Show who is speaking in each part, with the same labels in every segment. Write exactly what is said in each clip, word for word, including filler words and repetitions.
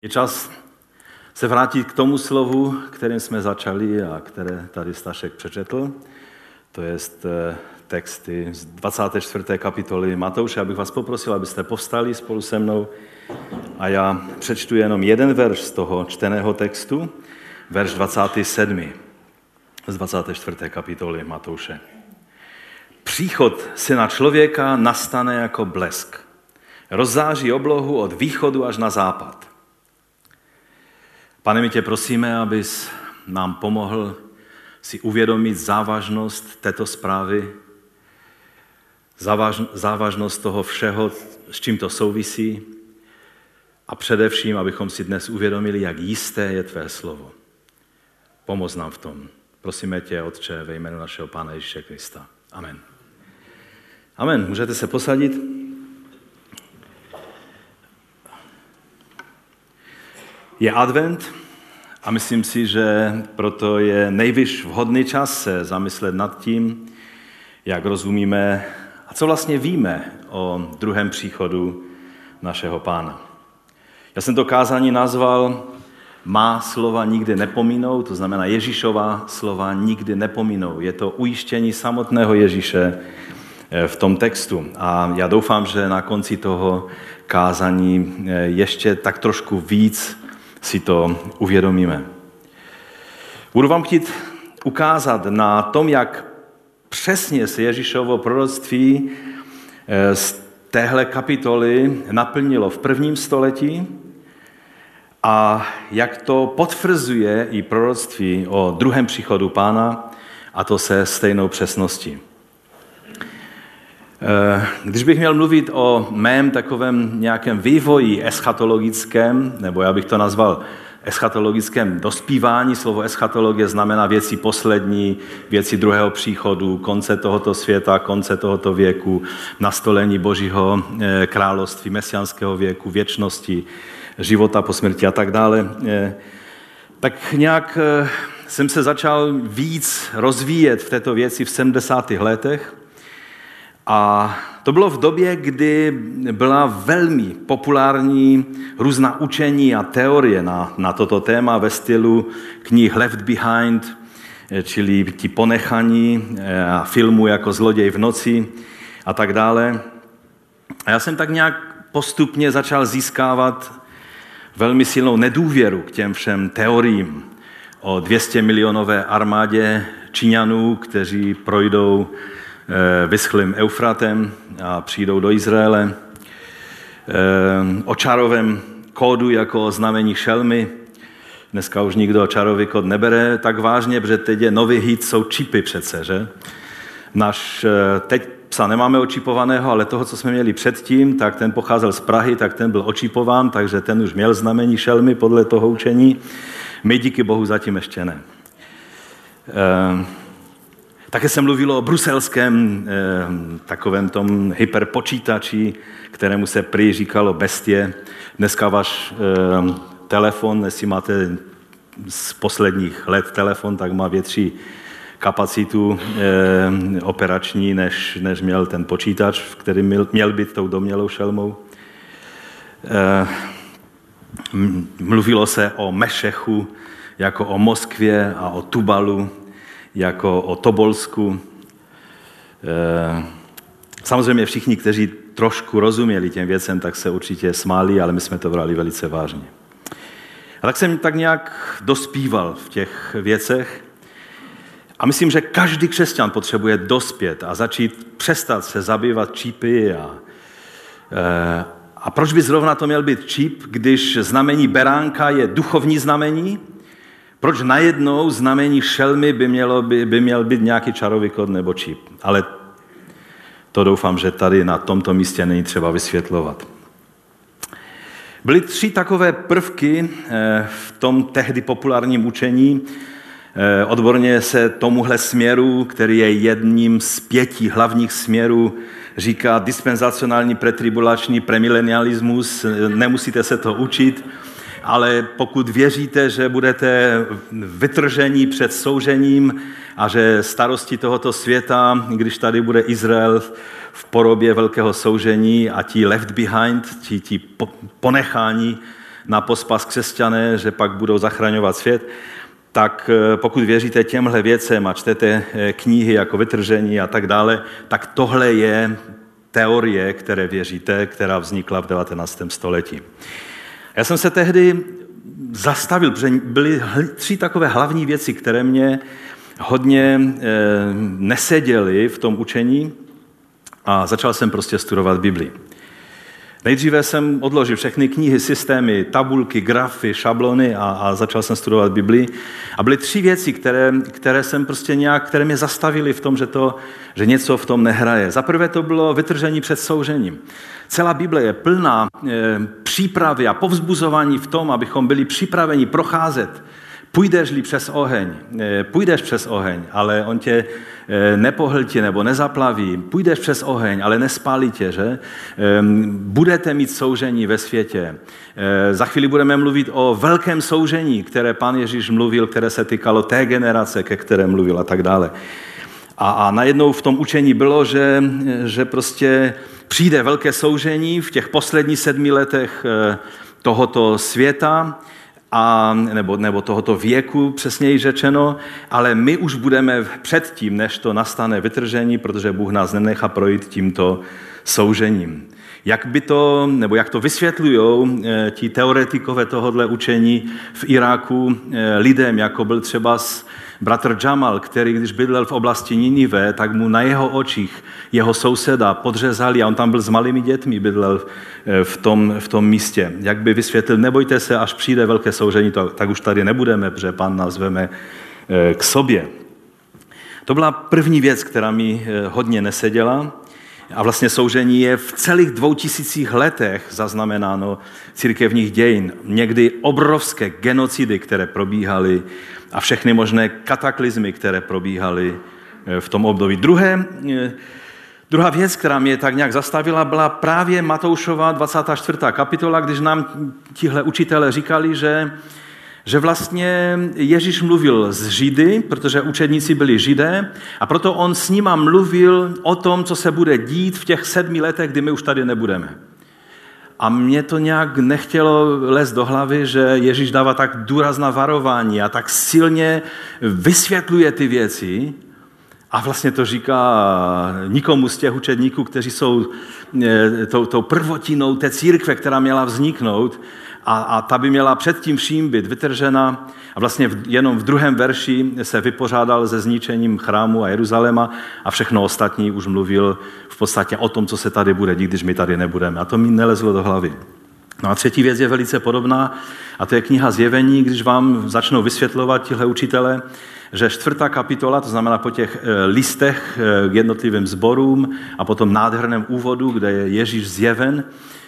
Speaker 1: Je čas se vrátit k tomu slovu, kterým jsme začali a které tady Stašek přečetl. To je texty z dvacáté čtvrté kapitoly Matouše. Abych vás poprosil, abyste povstali spolu se mnou. A já přečtu jenom jeden verš z toho čteného textu, verš dvacátý sedmý z dvacáté čtvrté kapitoly Matouše. Příchod Syna člověka nastane jako blesk. Rozzáří oblohu od východu až na západ. Pane, my tě prosíme, abys nám pomohl si uvědomit závažnost této zprávy, závaž, závažnost toho všeho, s čím to souvisí a především, abychom si dnes uvědomili, jak jisté je tvé slovo. Pomoz nám v tom. Prosíme tě, Otče, ve jménu našeho Pána Ježíše Krista. Amen. Amen. Můžete se posadit? Je advent a myslím si, že proto je nejvyšší vhodný čas se zamyslet nad tím, jak rozumíme a co vlastně víme o druhém příchodu našeho Pána. Já jsem to kázání nazval Má slova nikdy nepomínou, to znamená Ježíšova slova nikdy nepomínou. Je to ujištění samotného Ježíše v tom textu. A já doufám, že na konci toho kázání ještě tak trošku víc si to uvědomíme. Budu vám chtít ukázat na tom, jak přesně se Ježíšovo proroctví z téhle kapitoly naplnilo v prvním století a jak to potvrzuje i proroctví o druhém příchodu Pána, a to se stejnou přesností. Když bych měl mluvit o mém takovém nějakém vývoji eschatologickém, nebo já bych to nazval eschatologickém dospívání, slovo eschatologie znamená věci poslední, věci druhého příchodu, konce tohoto světa, konce tohoto věku, nastolení Božího království, mesiánského věku, věčnosti, života po smrti a tak dále. Tak nějak jsem se začal víc rozvíjet v této věci v sedmdesátých letech. A to bylo v době, kdy byla velmi populární různá učení a teorie na, na toto téma ve stylu knih Left Behind, čili ti ponechaní, a filmu jako Zloděj v noci a tak dále. A já jsem tak nějak postupně začal získávat velmi silnou nedůvěru k těm všem teoriím o dvě stě milionové armádě Číňanů, kteří projdou vyschlým Eufratem a přijdou do Izraele. O čarovém kódu jako o znamení šelmy. Dneska už nikdo čarový kód nebere tak vážně, protože teď je nový hit, jsou čipy přece, že? Naš, teď psa nemáme očipovaného, ale toho, co jsme měli předtím, tak ten pocházel z Prahy, tak ten byl očipován, takže ten už měl znamení šelmy podle toho učení. My díky Bohu zatím ještě ne. Také se mluvilo o bruselském eh, takovém tom hyperpočítači, kterému se prý říkalo bestie. Dneska váš eh, telefon, jestli máte z posledních let telefon, tak má větší kapacitu eh, operační, než, než měl ten počítač, který měl, měl být tou domnělou šelmou. Eh, mluvilo se o Mešechu jako o Moskvě a o Tubalu jako o Tobolsku. Samozřejmě všichni, kteří trošku rozuměli těm věcem, tak se určitě smáli, ale my jsme to brali velice vážně. A tak jsem tak nějak dospíval v těch věcech a myslím, že každý křesťan potřebuje dospět a začít přestat se zabývat čipy. A, a proč by zrovna to měl být čip, když znamení beránka je duchovní znamení? Proč najednou znamení šelmy by, mělo, by, by měl být nějaký čarový kód nebo čip? Ale to doufám, že tady na tomto místě není třeba vysvětlovat. Byly tři takové prvky v tom tehdy populárním učení. Odborně se tomuhle směru, který je jedním z pěti hlavních směrů, říká dispenzacionální pretribulační premilenialismus. Nemusíte se to učit, ale pokud věříte, že budete vytrženi před soužením a že starosti tohoto světa, když tady bude Izrael v podobě velkého soužení a ti left behind, ti, ti ponechání na pospas křesťané, že pak budou zachraňovat svět, tak pokud věříte těmhle věcem a čtete knihy jako Vytržení a tak dále, tak tohle je teorie, které věříte, která vznikla v devatenáctém století. Já jsem se tehdy zastavil, protože byly tři takové hlavní věci, které mě hodně neseděly v tom učení a začal jsem prostě studovat Bibli. Nejdříve jsem odložil všechny knihy, systémy, tabulky, grafy, šablony a, a začal jsem studovat Bibli. A byly tři věci, které, které jsem prostě nějak, které mě zastavily v tom, že, to, že něco v tom nehraje. Za prvé to bylo vytržení před soužením. Celá Bible je plná e, přípravy a povzbuzování v tom, abychom byli připraveni procházet. Půjdeš-li přes oheň, e, půjdeš přes oheň, ale on tě e, nepohltí nebo nezaplaví. Půjdeš přes oheň, ale nespálí tě, že? E, budete mít soužení ve světě. E, za chvíli budeme mluvit o velkém soužení, které Pán Ježíš mluvil, které se týkalo té generace, ke které mluvil a tak dále. A, a najednou v tom učení bylo, že, že prostě přijde velké soužení v těch posledních sedmi letech tohoto světa, a, nebo, nebo tohoto věku, přesněji řečeno, ale my už budeme předtím, než to nastane vytržení, protože Bůh nás nenechá projít tímto soužením. Jak by to, nebo jak to vysvětlují e, ti teoretikové tohohle učení v Iráku e, lidem, jako byl třeba bratr Jamal, který když bydlel v oblasti Ninive, tak mu na jeho očích jeho souseda podřezali a on tam byl s malými dětmi, bydlel v tom, v tom místě. Jak by vysvětlil, nebojte se, až přijde velké soužení, to, tak už tady nebudeme, protože Pán nás veme k sobě. To byla první věc, která mi hodně neseděla. A vlastně soužení je v celých dvou tisících letech zaznamenáno církevních dějin. Někdy obrovské genocidy, které probíhaly a všechny možné kataklizmy, které probíhaly v tom období. Druhé, druhá věc, která mě tak nějak zastavila, byla právě Matoušova dvacátá čtvrtá kapitola, když nám tihle učitelé říkali, že že vlastně Ježíš mluvil s Židy, protože učedníci byli Židé, a proto on s nima mluvil o tom, co se bude dít v těch sedmi letech, kdy my už tady nebudeme. A mě to nějak nechtělo lézt do hlavy, že Ježíš dává tak důrazná varování a tak silně vysvětluje ty věci a vlastně to říká nikomu z těch učedníků, kteří jsou tou, tou prvotinou té církve, která měla vzniknout, A, a ta by měla před tím vším být vytržena a vlastně v, jenom v druhém verši se vypořádal se zničením chrámu a Jeruzaléma a všechno ostatní už mluvil v podstatě o tom, co se tady bude dít, když my tady nebudeme. A to mi nelezlo do hlavy. No a třetí věc je velice podobná a to je kniha Zjevení, když vám začnou vysvětlovat tihle učitele, že čtvrtá kapitola, to znamená po těch listech k jednotlivým sborům a potom nádherném úvodu, kde je Ježíš zjeven,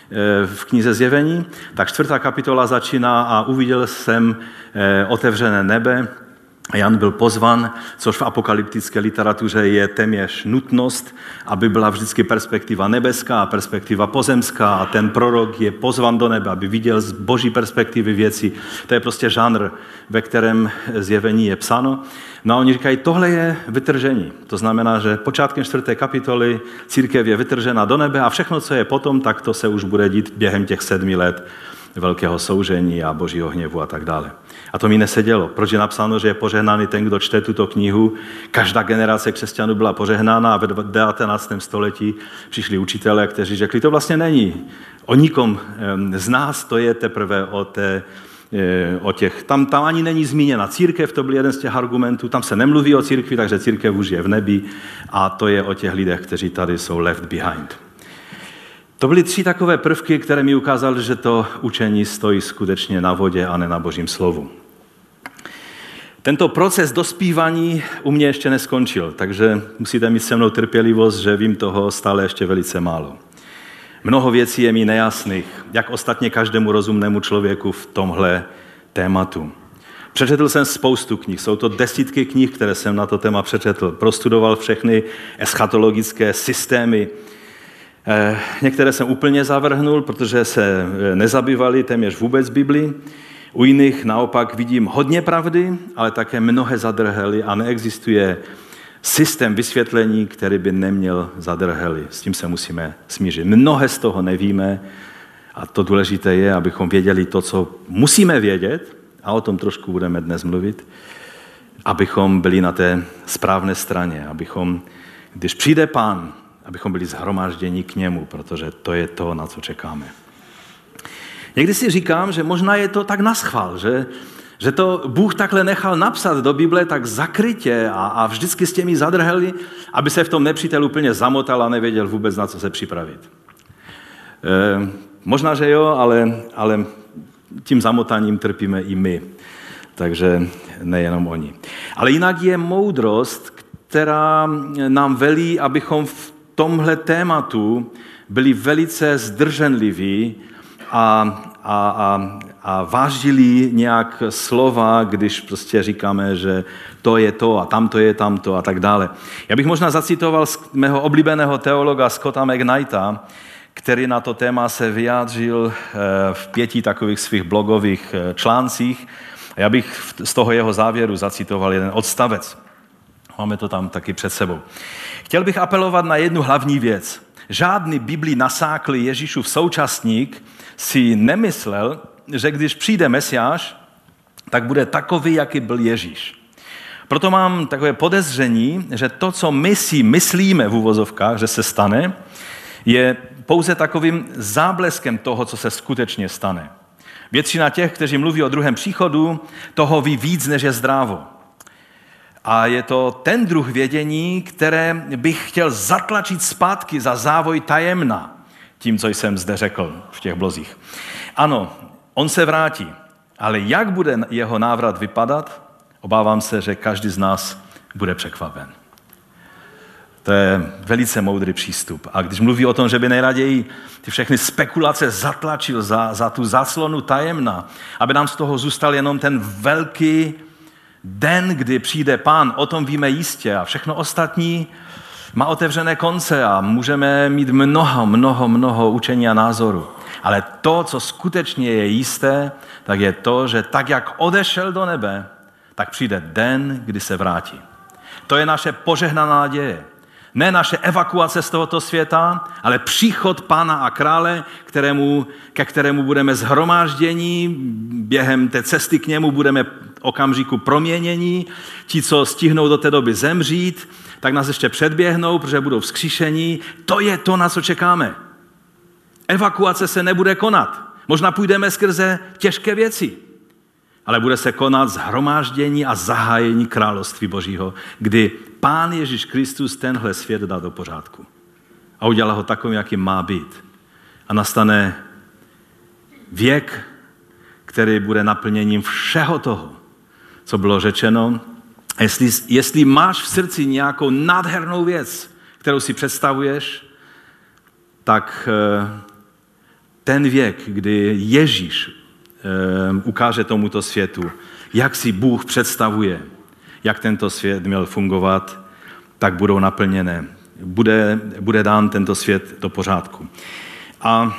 Speaker 1: v knize Zjevení, tak čtvrtá kapitola začíná a uviděl jsem otevřené nebe. Jan byl pozvan, což v apokalyptické literatuře je téměř nutnost, aby byla vždycky perspektiva nebeská a perspektiva pozemská a ten prorok je pozvan do nebe, aby viděl z boží perspektivy věci. To je prostě žánr, ve kterém Zjevení je psáno. No a oni říkají, tohle je vytržení. To znamená, že počátkem čtvrté kapitoly církev je vytržena do nebe a všechno, co je potom, tak to se už bude dít během těch sedmi let velkého soužení a božího hněvu a tak dále. A to mi nesedělo. Proč je napsáno, že je požehnaný ten, kdo čte tuto knihu? Každá generace křesťanů byla požehnána a ve devatenáctém století přišli učitelé, kteří řekli, to vlastně není o nikom z nás, to je teprve o té o těch, tam, tam ani není zmíněna církev, to byl jeden z těch argumentů, tam se nemluví o církvi, takže církev už je v nebi a to je o těch lidech, kteří tady jsou left behind. To byly tři takové prvky, které mi ukázaly, že to učení stojí skutečně na vodě a ne na božím slovu. Tento proces dospívání u mě ještě neskončil, takže musíte mít se mnou trpělivost, že vím toho stále ještě velice málo. Mnoho věcí je mi nejasných, jak ostatně každému rozumnému člověku v tomhle tématu. Přečetl jsem spoustu knih, jsou to desítky knih, které jsem na to téma přečetl. Prostudoval všechny eschatologické systémy. Některé jsem úplně zavrhnul, protože se nezabývali téměř vůbec Biblii. U jiných naopak vidím hodně pravdy, ale také mnohé zadrhely a neexistuje systém vysvětlení, který by neměl zadrhely. S tím se musíme smířit. Mnohé z toho nevíme A to důležité je, abychom věděli to, co musíme vědět, a o tom trošku budeme dnes mluvit, abychom byli na té správné straně, abychom, když přijde Pán, abychom byli shromážděni k němu, protože to je to, na co čekáme. Někdy si říkám, že možná je to tak naschvál, že, že to Bůh takhle nechal napsat do Bible tak zakrytě a, a vždycky s těmi zadrheli, aby se v tom nepřítel úplně zamotal a nevěděl vůbec, na co se připravit. E, možná, že jo, ale, ale tím zamotáním trpíme i my. Takže nejenom oni. Ale jinak je moudrost, která nám velí, abychom v tomhle tématu byli velice zdrženliví a, a, a, a vážili nějak slova, když prostě říkáme, že to je to a tamto je tamto a tak dále. Já bych možná zacitoval mého oblíbeného teologa Scotta McKnighta, který na to téma se vyjádřil v pěti takových svých blogových článcích. Já bych z toho jeho závěru zacitoval jeden odstavec. Máme to tam taky před sebou. Chtěl bych apelovat na jednu hlavní věc. Žádný Biblii nasáklý Ježíšův současník si nemyslel, že když přijde Mesiáš, tak bude takový, jaký byl Ježíš. Proto mám takové podezření, že to, co my si myslíme v uvozovkách, že se stane, je pouze takovým zábleskem toho, co se skutečně stane. Většina těch, kteří mluví o druhém příchodu, toho ví víc, než je zdrávo. A je to ten druh vědění, které bych chtěl zatlačit zpátky za závoj tajemna, tím, co jsem zde řekl v těch blozích. Ano, on se vrátí, ale jak bude jeho návrat vypadat, obávám se, že každý z nás bude překvapen. To je velice moudrý přístup. A když mluví o tom, že by nejraději ty všechny spekulace zatlačil za, za tu záclonu tajemna, aby nám z toho zůstal jenom ten velký den, kdy přijde Pán, o tom víme jistě a všechno ostatní má otevřené konce a můžeme mít mnoho, mnoho, mnoho učení a názoru. Ale to, co skutečně je jisté, tak je to, že tak, jak odešel do nebe, tak přijde den, kdy se vrátí. To je naše požehnaná naděje. Ne naše evakuace z tohoto světa, ale příchod Pána a krále, kterému, ke kterému budeme shromážděni, během té cesty k němu budeme okamžiku proměnění. Ti, co stihnou do té doby zemřít, tak nás ještě předběhnou, protože budou vzkříšení. To je to, na co čekáme. Evakuace se nebude konat. Možná půjdeme skrze těžké věci, ale bude se konat shromáždění a zahájení království Božího, kdy Pán Ježíš Kristus tenhle svět dá do pořádku. A udělá ho takovým, jaký má být. A nastane věk, který bude naplněním všeho toho, co bylo řečeno. A jestli, jestli máš v srdci nějakou nádhernou věc, kterou si představuješ, tak ten věk, kdy Ježíš ukáže tomuto světu, jak si Bůh představuje, jak tento svět měl fungovat, tak budou naplněné. Bude, bude dán tento svět do pořádku. A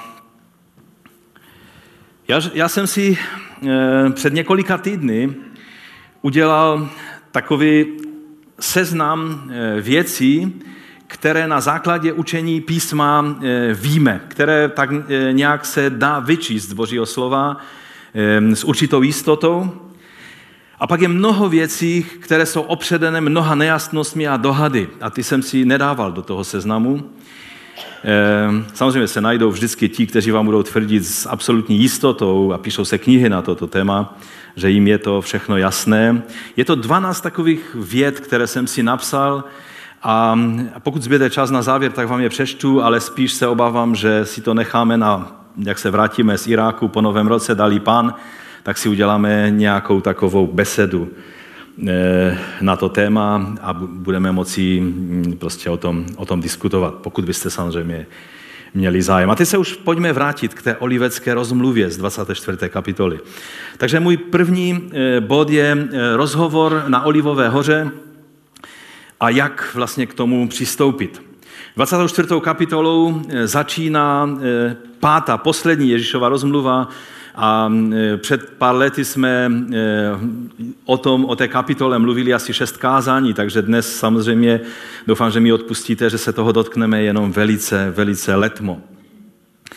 Speaker 1: já, já jsem si e, před několika týdny udělal takový seznam e, věcí, které na základě učení písma e, víme, které tak e, nějak se dá vyčíst z Božího slova e, s určitou jistotou. A pak je mnoho věcí, které jsou opředené mnoha nejasnostmi a dohady. A ty jsem si nedával do toho seznamu. Samozřejmě se najdou vždycky ti, kteří vám budou tvrdit s absolutní jistotou a píšou se knihy na toto téma, že jim je to všechno jasné. Je to dvanáct takových vět, které jsem si napsal a pokud zbyde čas na závěr, tak vám je přečtu, ale spíš se obávám, že si to necháme na, jak se vrátíme z Iráku po novém roce, dali Pán, tak si uděláme nějakou takovou besedu na to téma a budeme moci prostě o tom, o tom diskutovat, pokud byste samozřejmě měli zájem. A teď se už pojďme vrátit k té olivecké rozmluvě z dvacáté čtvrté kapitoly. Takže můj první bod je rozhovor na Olivové hoře a jak vlastně k tomu přistoupit. dvacátou čtvrtou kapitolou začíná pátá, poslední Ježíšova rozmluva. A před pár lety jsme o tom, o té kapitole mluvili asi šest kázání, takže dnes samozřejmě doufám, že mi odpustíte, že se toho dotkneme jenom velice, velice letmo.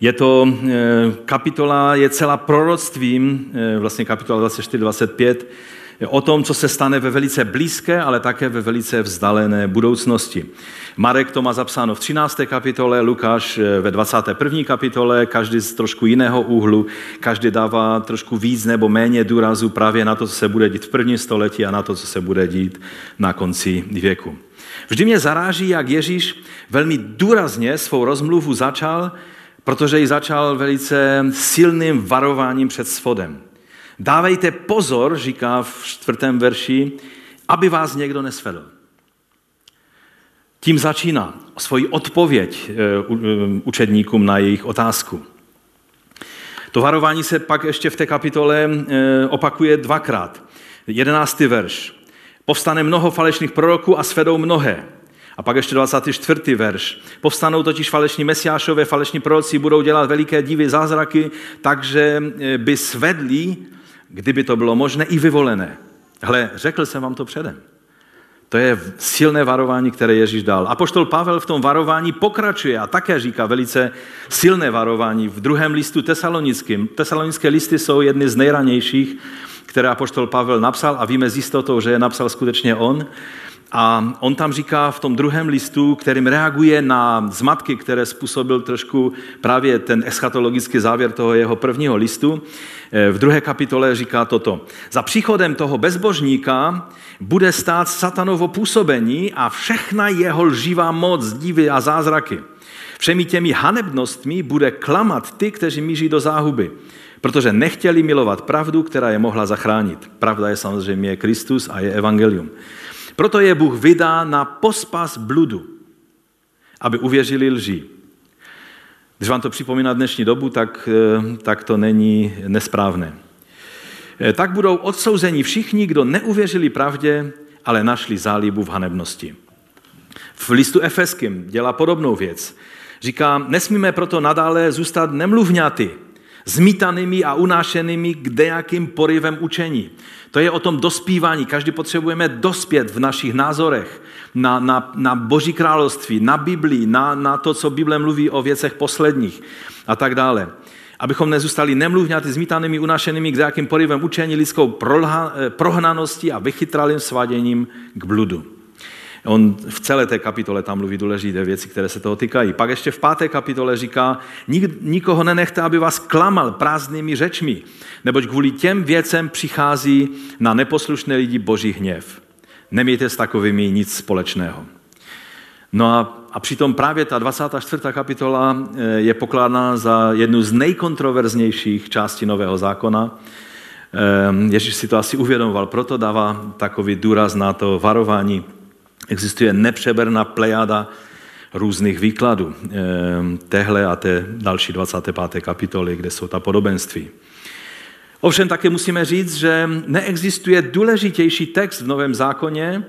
Speaker 1: Je to, kapitola je celá proroctvím, vlastně kapitola dvacet čtyři dvacet pět, o tom, co se stane ve velice blízké, ale také ve velice vzdálené budoucnosti. Marek to má zapsáno v třinácté kapitole, Lukáš ve dvacáté první kapitole, každý z trošku jiného úhlu, každý dává trošku víc nebo méně důrazu právě na to, co se bude dít v prvním století a na to, co se bude dít na konci věku. Vždy mě zaráží, jak Ježíš velmi důrazně svou rozmluvu začal, protože ji začal velice silným varováním před svodem. Dávejte pozor, říká v čtvrtém verši, aby vás někdo nesvedl. Tím začíná svoji odpověď učedníkům na jejich otázku. To varování se pak ještě v té kapitole opakuje dvakrát. Jedenáctý verš. Povstane mnoho falešných proroků a svedou mnohé. A pak ještě dvacátý čtvrtý verš. Povstanou totiž falešní mesiášové, falešní proroci budou dělat veliké divy, zázraky, takže by svedli, kdyby to bylo možné, i vyvolené. Hle, řekl jsem vám to předem. To je silné varování, které Ježíš dal. Apoštol Pavel v tom varování pokračuje a také říká velice silné varování v druhém listu tesalonickým. Tesalonické listy jsou jedny z nejranějších, které apoštol Pavel napsal a víme s jistotou, že je napsal skutečně on. A on tam říká v tom druhém listu, kterým reaguje na zmatky, které způsobil trošku právě ten eschatologický závěr toho jeho prvního listu. V druhé kapitole říká toto. Za příchodem toho bezbožníka bude stát satanovo působení a všechna jeho lživá moc, divy a zázraky. Všemi těmi hanebnostmi bude klamat ty, kteří míří do záhuby, protože nechtěli milovat pravdu, která je mohla zachránit. Pravda je samozřejmě Kristus a je evangelium. Proto je Bůh vydá na pospas bludu, aby uvěřili lži. Když vám to připomíná dnešní dobu, tak, tak to není nesprávné. Tak budou odsouzeni všichni, kdo neuvěřili pravdě, ale našli zálibu v hanebnosti. V listu Efeským dělá podobnou věc. Říká, nesmíme proto nadále zůstat nemluvňaty, zmítanými a unášenými k dejakým porivem učení. To je o tom dospívání. Každý potřebujeme dospět v našich názorech na, na, na Boží království, na Biblii, na, na to, co Bible mluví o věcech posledních a tak dále. Abychom nezůstali nemluvňaty, zmítanými, unášenými k dejakým porivem učení, lidskou prohnaností a vychytralým svaděním k bludu. On v celé té kapitole tam mluví důležité věci, které se toho týkají. Pak ještě v páté kapitole říká, nik, nikoho nenechte, aby vás klamal prázdnými řečmi, neboť kvůli těm věcem přichází na neposlušné lidi Boží hněv. Nemějte s takovými nic společného. No a, a přitom právě ta dvacátá čtvrtá kapitola je pokládána za jednu z nejkontroverznějších částí Nového zákona. Ježíš si to asi uvědomoval, proto dává takový důraz na to varování. Existuje nepřeberná plejada různých výkladů téhle a té další dvacáté páté kapitoly, kde jsou ta podobenství. Ovšem také musíme říct, že neexistuje důležitější text v Novém zákoně,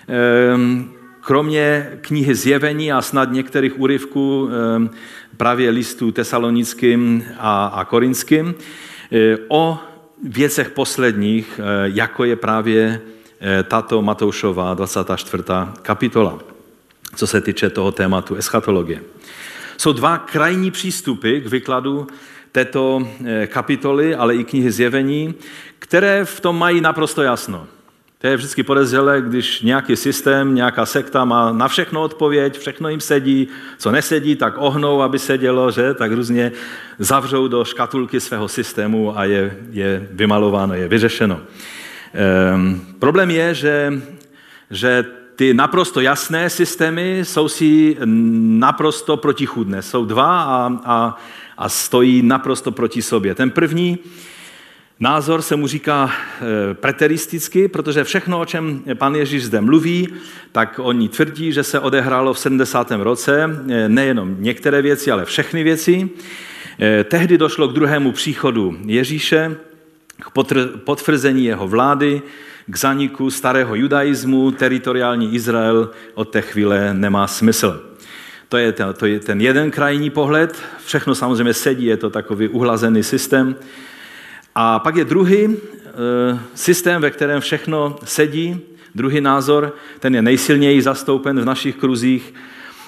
Speaker 1: kromě knihy Zjevení a snad některých úryvků právě listů tesalonickým a, a korinským, o věcech posledních, jako je právě tato Matoušova dvacátá čtvrtá kapitola, co se týče toho tématu eschatologie. Jsou dva krajní přístupy k výkladu této kapitoly, ale i knihy Zjevení, které v tom mají naprosto jasno. To je vždycky podezřelé, když nějaký systém, nějaká sekta má na všechno odpověď, všechno jim sedí, co nesedí, tak ohnou, aby sedělo, že? Tak různě zavřou do škatulky svého systému a je, je vymalováno, je vyřešeno. Ehm, problém je, že, že ty naprosto jasné systémy jsou si naprosto protichůdné. Jsou dva a, a, a stojí naprosto proti sobě. Ten první názor se mu říká e, preteristicky, protože všechno, o čem pan Ježíš zde mluví, tak oni tvrdí, že se odehrálo v sedmdesátém roce, e, nejenom některé věci, ale všechny věci. E, tehdy došlo k druhému příchodu Ježíše, k potvrzení jeho vlády, k zaniku starého judaismu, teritoriální Izrael od té chvíle nemá smysl. To je, ten, to je ten jeden krajní pohled, všechno samozřejmě sedí, je to takový uhlazený systém. A pak je druhý e, systém, ve kterém všechno sedí, druhý názor, ten je nejsilněji zastoupen v našich kruzích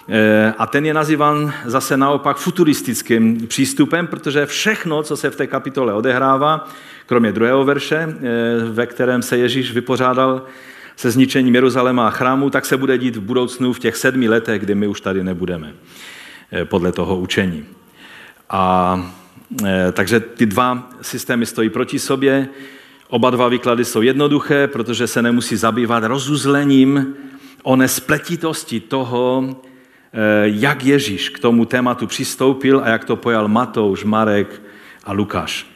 Speaker 1: A ten je nazývan zase naopak futuristickým přístupem, protože všechno, co se v té kapitole odehrává, kromě druhého verše, ve kterém se Ježíš vypořádal se zničením Jeruzaléma a chrámu, tak se bude dít v budoucnu v těch sedmi letech, kdy my už tady nebudeme, podle toho učení. A takže ty dva systémy stojí proti sobě. Oba dva výklady jsou jednoduché, protože se nemusí zabývat rozuzlením o nespletitosti toho, jak Ježíš k tomu tématu přistoupil a jak to pojal Matouš, Marek a Lukáš.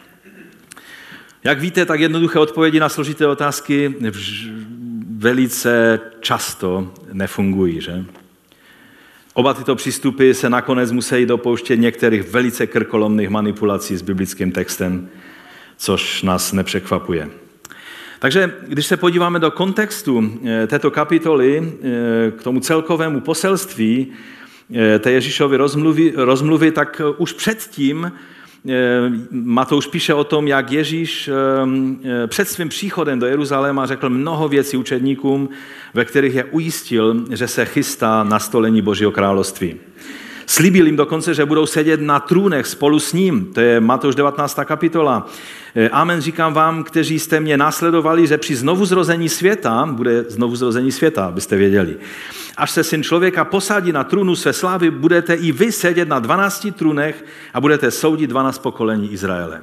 Speaker 1: Jak víte, tak jednoduché odpovědi na složité otázky velice často nefungují, že? Oba tyto přístupy se nakonec musí dopouštět některých velice krkolomných manipulací s biblickým textem, což nás nepřekvapuje. Takže když se podíváme do kontextu této kapitoly, k tomu celkovému poselství té Ježíšovy rozmluvy, rozmluvy, tak už předtím Matouš píše o tom, jak Ježíš před svým příchodem do Jeruzaléma řekl mnoho věcí učedníkům, ve kterých je ujistil, že se chystá nastolení Božího království. Slíbil jim dokonce, že budou sedět na trůnech spolu s ním. To je Matouš devatenáctá kapitola. Amen, říkám vám, kteří jste mě následovali, že při znovuzrození světa, bude znovuzrození světa, abyste věděli, až se Syn člověka posadí na trůnu své slávy, budete i vy sedět na dvanácti trůnech a budete soudit dvanáct pokolení Izraele.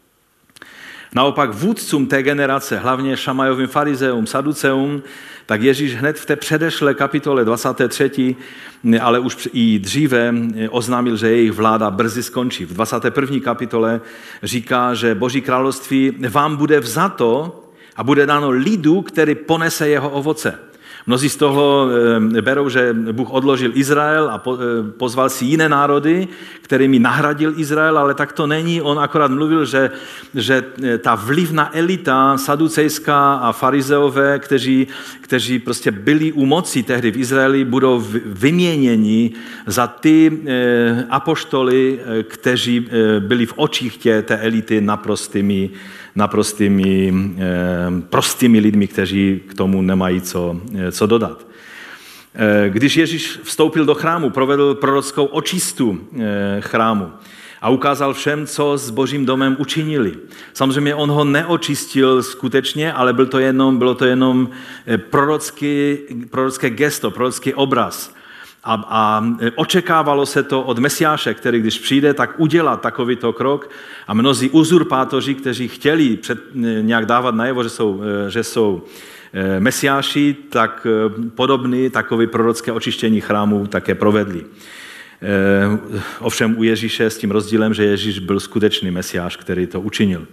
Speaker 1: Naopak vůdcům té generace, hlavně Šamajovým farizeům, saduceům, tak Ježíš hned v té předešlé kapitole dvacáté třetí, ale už i dříve oznámil, že jejich vláda brzy skončí. V dvacáté první kapitole říká, že Boží království vám bude vzato a bude dáno lidu, který ponese jeho ovoce. Mnozí z toho berou, že Bůh odložil Izrael a pozval si jiné národy, kterými nahradil Izrael, ale tak to není. On akorát mluvil, že, že ta vlivná elita saducejská a farizeové, kteří, kteří prostě byli u moci tehdy v Izraeli, budou vyměněni za ty apoštoly, kteří byli v očích tě, té elity naprostými naprostými eh, prostými lidmi, kteří k tomu nemají co, co dodat. Eh, když Ježíš vstoupil do chrámu, provedl prorockou očistu eh, chrámu a ukázal všem, co s Božím domem učinili. Samozřejmě on ho neočistil skutečně, ale byl to jenom, bylo to jenom prorocký, prorocké gesto, prorocký obraz. A, a očekávalo se to od Mesiáše, který když přijde, tak udělat takovýto krok. A mnozí uzurpátoři, kteří chtěli před, nějak dávat najevo, že jsou, že jsou Mesiáši, tak podobný takový prorocké očištění chrámu také provedli. Ovšem u Ježíše s tím rozdílem, že Ježíš byl skutečný Mesiáš, který to učinil.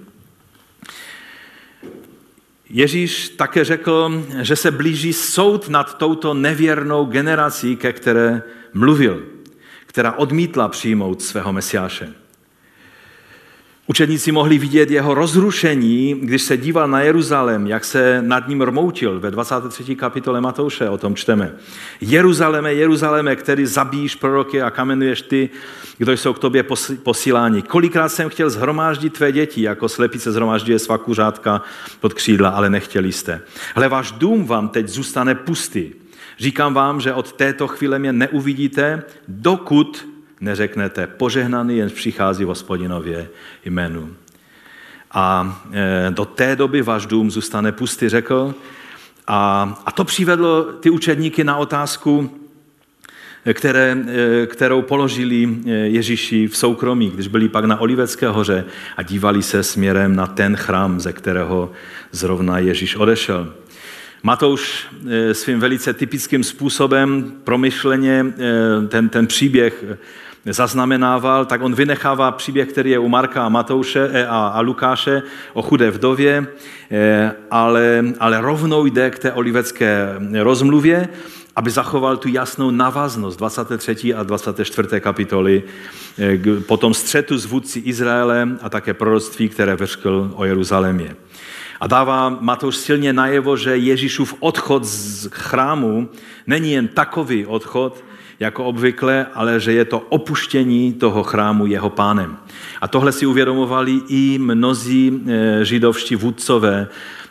Speaker 1: Ježíš také řekl, že se blíží soud nad touto nevěrnou generací, ke které mluvil, která odmítla přijmout svého Mesiáše. Učedníci mohli vidět jeho rozrušení, když se díval na Jeruzalém, jak se nad ním rmoutil. Ve dvacáté třetí kapitole Matouše o tom čteme. Jeruzaléme, Jeruzaléme, který zabíjíš proroky a kamenuješ ty, kdo jsou k tobě posíláni. Kolikrát jsem chtěl zhromáždit tvé děti, jako slepice zhromážduje svá kuřátka pod křídla, ale nechtěli jste. Hle, váš dům vám teď zůstane pustý. Říkám vám, že od této chvíle mě neuvidíte, dokud neřeknete, požehnaný jen přichází v Hospodinově jménu. A do té doby váš dům zůstane pustý, řekl. A, a to přivedlo ty učedníky na otázku, které, kterou položili Ježíši v soukromí, když byli pak na Olivecké hoře a dívali se směrem na ten chrám, ze kterého zrovna Ježíš odešel. Matouš svým velice typickým způsobem promyšleně ten, ten příběh zaznamenával, tak on vynechává příběh, který je u Marka a Matouše a, a Lukáše o chudé vdově, ale, ale rovnou jde k té olivecké rozmluvě, aby zachoval tu jasnou návaznost dvacáté třetí a dvacáté čtvrté kapitoly po tom střetu s vůdci Izraele a také proroctví, které vyřkl o Jeruzalémě. A dává Matouš silně najevo, že Ježíšův odchod z chrámu není jen takový odchod, jako obvykle, ale že je to opuštění toho chrámu jeho pánem. A tohle si uvědomovali i mnozí židovští vůdcové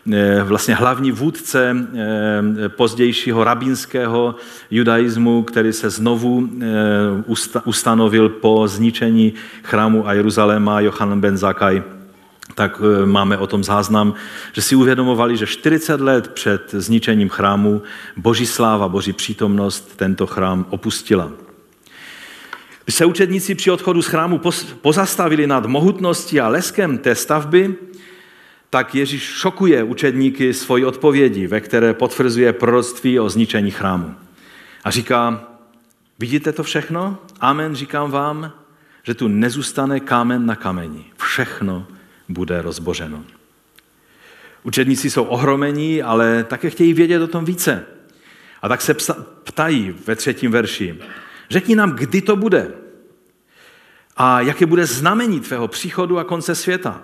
Speaker 1: vlastně hlavní vůdce pozdějšího rabínského judaismu, který se znovu ustanovil po zničení chrámu a Jeruzaléma, Jochanan ben Zakkai, tak máme o tom záznam, že si uvědomovali, že čtyřicet let před zničením chrámu Boží sláva, Boží přítomnost tento chrám opustila. Když se učedníci při odchodu z chrámu pozastavili nad mohutností a leskem té stavby, tak Ježíš šokuje učedníky svojí odpovědi, ve které potvrzuje proroctví o zničení chrámu. A říká, vidíte to všechno? Amen, říkám vám, že tu nezůstane kámen na kameni. Všechno bude rozbořeno. Učedníci jsou ohromení, ale také chtějí vědět o tom více. A tak se ptají ve třetím verši. Řekni nám, kdy to bude a jaké bude znamení tvého příchodu a konce světa.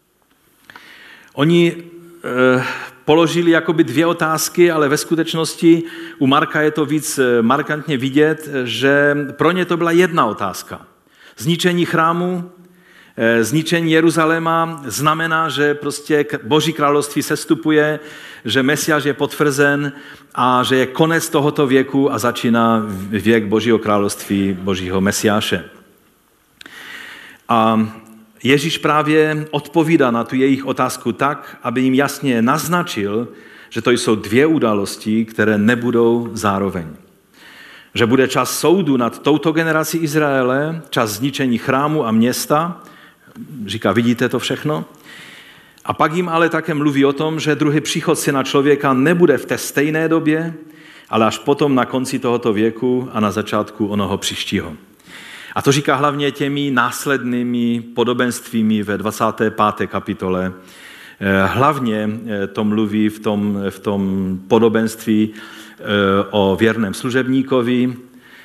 Speaker 1: Oni e, položili jakoby dvě otázky, ale ve skutečnosti u Marka je to víc markantně vidět, že pro ně to byla jedna otázka. Zničení chrámu, e, zničení Jeruzaléma znamená, že prostě Boží království sestupuje, že Mesiáš je potvrzen a že je konec tohoto věku a začíná věk Božího království, Božího Mesiáše. A Ježíš právě odpovídá na tu jejich otázku tak, aby jim jasně naznačil, že to jsou dvě události, které nebudou zároveň. Že bude čas soudu nad touto generací Izraele, čas zničení chrámu a města, říká, vidíte to všechno? A pak jim ale také mluví o tom, že druhý příchod Syna člověka nebude v té stejné době, ale až potom na konci tohoto věku a na začátku onoho příštího. A to říká hlavně těmi následnými podobenstvími ve dvacáté páté kapitole. Hlavně to mluví v tom, v tom podobenství o věrném služebníkovi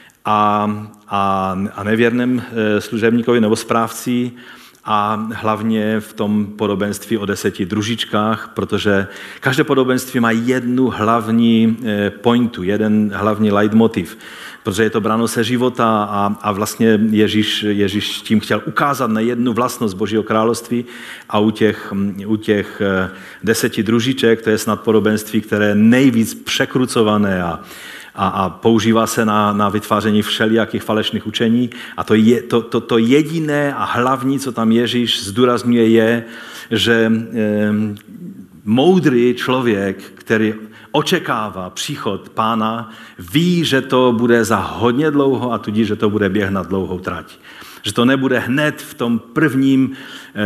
Speaker 1: a, a, a nevěrném služebníkovi nebo správci a hlavně v tom podobenství o deseti družičkách, protože každé podobenství má jednu hlavní pointu, jeden hlavní leitmotiv, protože je to bráno se života a, a vlastně Ježíš, Ježíš tím chtěl ukázat na jednu vlastnost Božího království a u těch, u těch deseti družiček, to je snad podobenství, které je nejvíc překrucované a, a, a používá se na, na vytváření všelijakých falešných učení. A to, je, to, to, to jediné a hlavní, co tam Ježíš zdůrazňuje, je, že eh, moudrý člověk, který očekává příchod Pána, ví, že to bude za hodně dlouho a tudíž, že to bude běh na dlouhou trať. Že to nebude hned v tom prvním eh,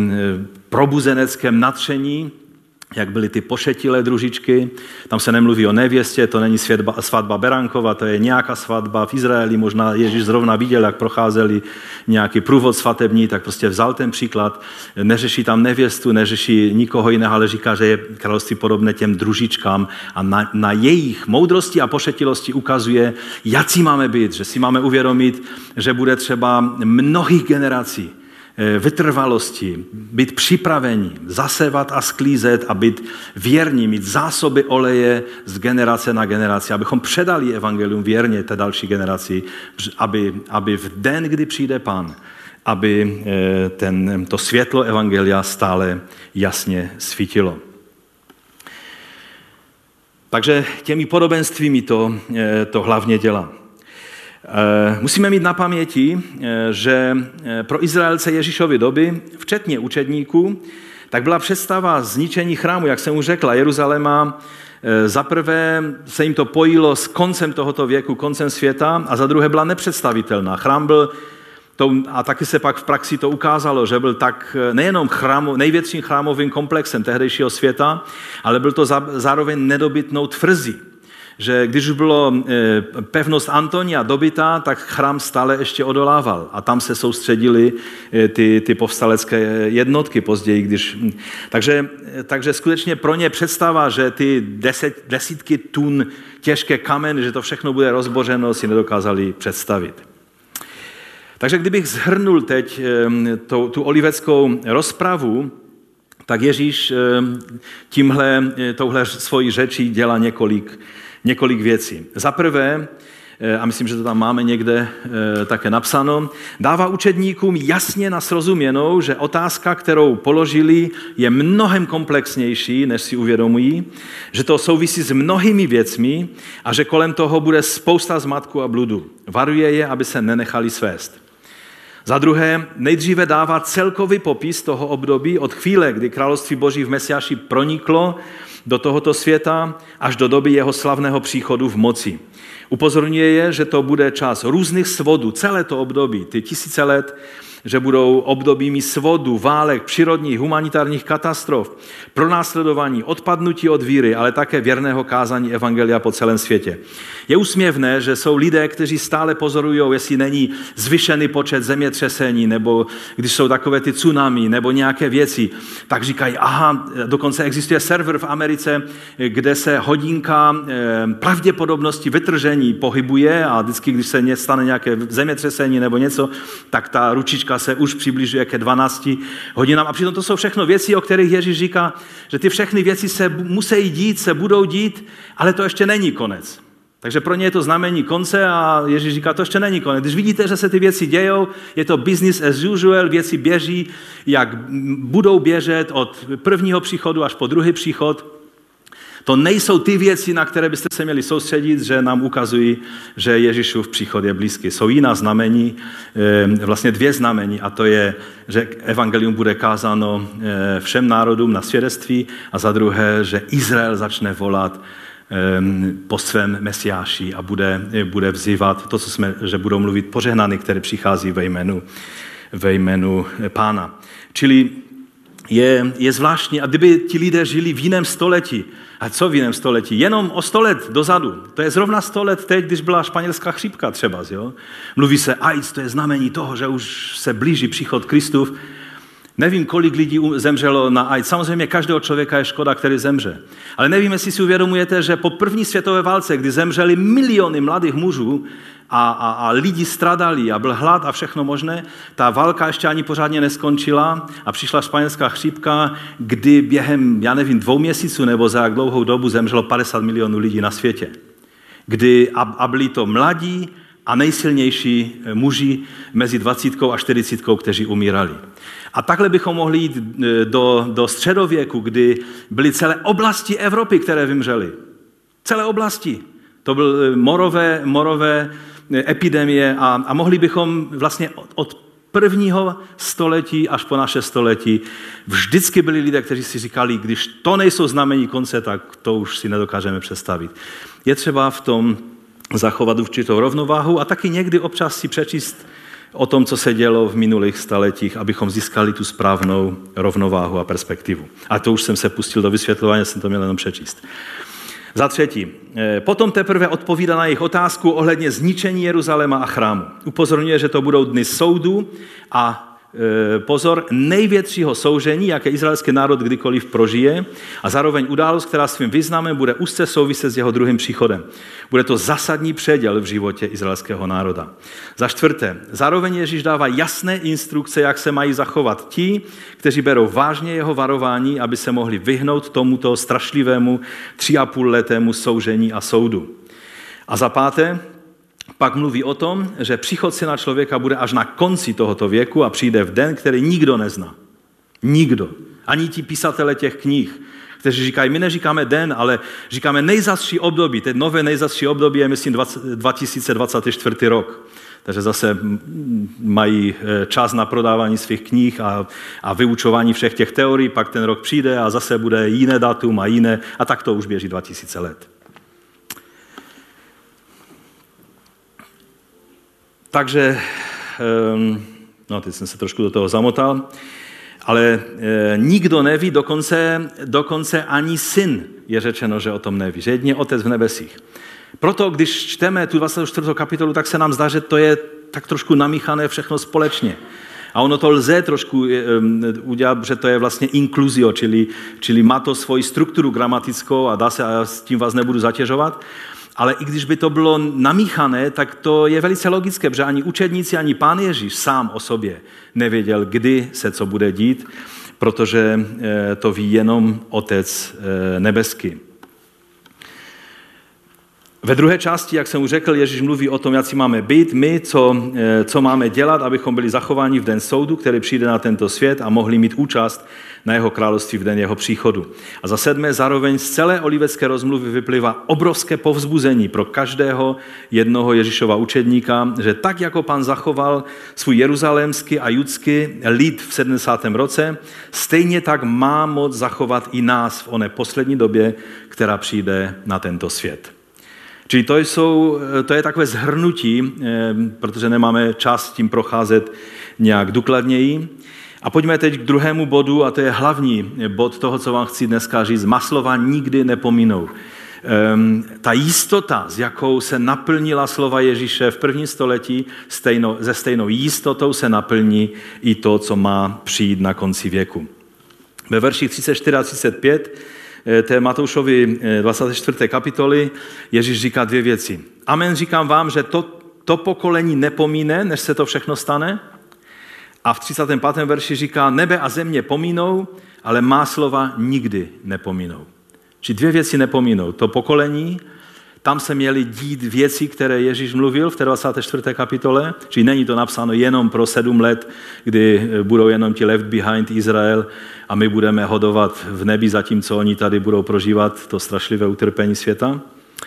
Speaker 1: probuzeneckém nadšení, jak byly ty pošetilé družičky. Tam se nemluví o nevěstě, to není svatba, svatba Beránkova, to je nějaká svatba v Izraeli. Možná Ježíš zrovna viděl, jak procházeli nějaký průvod svatební, tak prostě vzal ten příklad. Neřeší tam nevěstu, neřeší nikoho jiného, ale říká, že je království podobné těm družičkám a na, na jejich moudrosti a pošetilosti ukazuje, jací máme být, že si máme uvědomit, že bude třeba mnohých generací vytrvalosti, být připraveni, zasevat a sklízet a být věrní, mít zásoby oleje z generace na generaci, abychom předali evangelium věrně té další generaci, aby, aby v den, kdy přijde Pán, aby ten, to světlo evangelia stále jasně svítilo. Takže těmi podobenstvími to, to hlavně dělá. Musíme mít na paměti, že pro Izraelce Ježíšovy doby, včetně učedníků, tak byla představa zničení chrámu, jak jsem už řekla, Jeruzaléma. Za prvé se jim to pojilo s koncem tohoto věku, koncem světa, a za druhé byla nepředstavitelná. Chrám byl, to, a taky se pak v praxi to ukázalo, že byl tak nejenom chrámo, největším chrámovým komplexem tehdejšího světa, ale byl to zároveň nedobytnou tvrzí. Že když už bylo pevnost Antonia dobytá, tak chrám stále ještě odolával. A tam se soustředili ty, ty povstalecké jednotky později. Když... Takže, takže skutečně pro ně představa, že ty deset, desítky tun těžké kameny, že to všechno bude rozbořeno, si nedokázali představit. Takže kdybych shrnul teď tu, tu oliveckou rozpravu, tak Ježíš tímhle, touhle svojí řečí dělá několik Několik věcí. Za prvé, a myslím, že to tam máme někde také napsáno, dává učedníkům jasně na srozuměnou, že otázka, kterou položili, je mnohem komplexnější, než si uvědomují, že to souvisí s mnohými věcmi a že kolem toho bude spousta zmatku a bludu. Varuje je, aby se nenechali svést. Za druhé, nejdříve dává celkový popis toho období od chvíle, kdy království Boží v Mesiáši proniklo do tohoto světa až do doby jeho slavného příchodu v moci. Upozorňuje je, že to bude čas různých svodů, celé to období, ty tisíce let, že budou obdobími svodu, válek, přírodních, humanitárních katastrof, pronásledování, odpadnutí od víry, ale také věrného kázání evangelia po celém světě. Je úsměvné, že jsou lidé, kteří stále pozorují, jestli není zvyšený počet zemětřesení, nebo když jsou takové ty tsunami, nebo nějaké věci, tak říkají, aha, dokonce existuje server v Americe, kde se hodinka pravděpodobnosti vytržení pohybuje a vždycky, když se stane nějaké zemětřesení nebo něco, tak ta ručička se už přibližuje ke dvanácti hodinám. A přitom to jsou všechno věci, o kterých Ježíš říká, že ty všechny věci se musí dít, se budou dít, ale to ještě není konec. Takže pro ně je to znamení konce a Ježíš říká, to ještě není konec. Když vidíte, že se ty věci dějou, je to business as usual, věci běží, jak budou běžet od prvního příchodu až po druhý příchod. To nejsou ty věci, na které byste se měli soustředit, že nám ukazují, že Ježíšův příchod je blízký. Jsou jiná znamení, vlastně dvě znamení, a to je, že evangelium bude kázáno všem národům na svědectví a za druhé, že Izrael začne volat po svém Mesiáši a bude, bude vzývat to, co jsme, že budou mluvit požehnaný, který přichází ve jménu, ve jménu Pána. Čili je, je zvláštní, a kdyby ti lidé žili v jiném století, a co v jiném století? Jenom o sto let dozadu. To je zrovna sto let teď, když byla španělská chřipka třeba. Jo? Mluví se, AIDS, to je znamení toho, že už se blíží příchod Kristův. Nevím, kolik lidí zemřelo na AIDS. Samozřejmě každého člověka je škoda, který zemře. Ale nevím, jestli si uvědomujete, že po první světové válce, kdy zemřeli miliony mladých mužů a, a, a lidi stradali a byl hlad a všechno možné, ta válka ještě ani pořádně neskončila a přišla španělská chřipka, kdy během, já nevím, dvou měsíců nebo za jak dlouhou dobu zemřelo padesát milionů lidí na světě. Kdy, a, a byli to mladí a nejsilnější muži mezi dvacítkou a čtyřicítkou, kteří umírali. A takhle bychom mohli jít do, do středověku, kdy byly celé oblasti Evropy, které vymřely. Celé oblasti. To byly morové, morové epidemie a, a mohli bychom vlastně od, od prvního století až po naše století vždycky byli lidé, kteří si říkali, když to nejsou znamení konce, tak to už si nedokážeme představit. Je třeba v tom zachovat určitou rovnováhu a taky někdy občas si přečíst o tom, co se dělo v minulých staletích, abychom získali tu správnou rovnováhu a perspektivu. A to už jsem se pustil do vysvětlování, jsem to měl jenom přečíst. Za třetí, potom teprve odpovídá na jejich otázku ohledně zničení Jeruzaléma a chrámu. Upozorňuje, že to budou dny soudu a pozor, největšího soužení, jaké izraelský národ kdykoliv prožije, a zároveň událost, která svým významem bude úzce souviset s jeho druhým příchodem. Bude to zásadní předěl v životě izraelského národa. Za čtvrté, zároveň Ježíš dává jasné instrukce, jak se mají zachovat ti, kteří berou vážně jeho varování, aby se mohli vyhnout tomuto strašlivému tři a půl letému soužení a soudu. A za páté, pak mluví o tom, že příchod Syna člověka bude až na konci tohoto věku a přijde v den, který nikdo nezná. Nikdo. Ani ti písatele těch knih, kteří říkají, my neříkáme den, ale říkáme nejzazší období. Teď nové nejzazší období je, myslím, dva tisíce dvacátý čtvrtý rok. Takže zase mají čas na prodávání svých knih a, a vyučování všech těch teorií, pak ten rok přijde a zase bude jiné datum a jiné. A tak to už běží dva tisíce let. Takže, no teď jsem se trošku do toho zamotal, ale nikdo neví, dokonce, dokonce ani syn je řečeno, že o tom neví, že jedině Otec v nebesích. Proto, když čteme tu dvacátou čtvrtou kapitolu, tak se nám zdá, že to je tak trošku namíchané všechno společně. A ono to lze trošku udělat, že to je vlastně inkluzio, čili, čili má to svoji strukturu gramatickou a dá se, a já s tím vás nebudu zatěžovat. Ale i když by to bylo namíchané, tak to je velice logické, protože ani učedníci, ani Pán Ježíš sám o sobě nevěděl, kdy se co bude dít, protože to ví jenom Otec nebeský. Ve druhé části, jak jsem už řekl, Ježíš mluví o tom, jak si máme být, my, co, co máme dělat, abychom byli zachováni v den soudu, který přijde na tento svět a mohli mít účast na jeho království v den jeho příchodu. A za sedmé, zároveň z celé olivecké rozmluvy vyplývá obrovské povzbuzení pro každého jednoho Ježíšova učedníka, že tak, jako Pán zachoval svůj jeruzalémský a judský lid v sedmdesátém roce, stejně tak má moc zachovat i nás v oné poslední době, která přijde na tento svět. Čili to, jsou, to je takové shrnutí, protože nemáme čas tím procházet nějak důkladněji. A pojďme teď k druhému bodu, a to je hlavní bod toho, co vám chci dneska říct. Má slova nikdy nepominou. Ehm, ta jistota, s jakou se naplnila slova Ježíše v prvním století, stejno, ze stejnou jistotou se naplní i to, co má přijít na konci věku. Ve verších třicet čtyři a třicet pět té Matoušovy dvacáté čtvrté kapitoly Ježíš říká dvě věci. Amen, říkám vám, že to, to pokolení nepomíne, než se to všechno stane. A v třicátém pátém verši říká, nebe a země pomínou, ale má slova nikdy nepomínou. Či dvě věci nepomínou. To pokolení, tam se měly dít věci, které Ježíš mluvil v té dvacáté čtvrté kapitole, či není to napsáno jenom pro sedm let, kdy budou jenom ti left behind Izrael a my budeme hodovat v nebi, zatímco oni tady budou prožívat to strašlivé utrpení světa.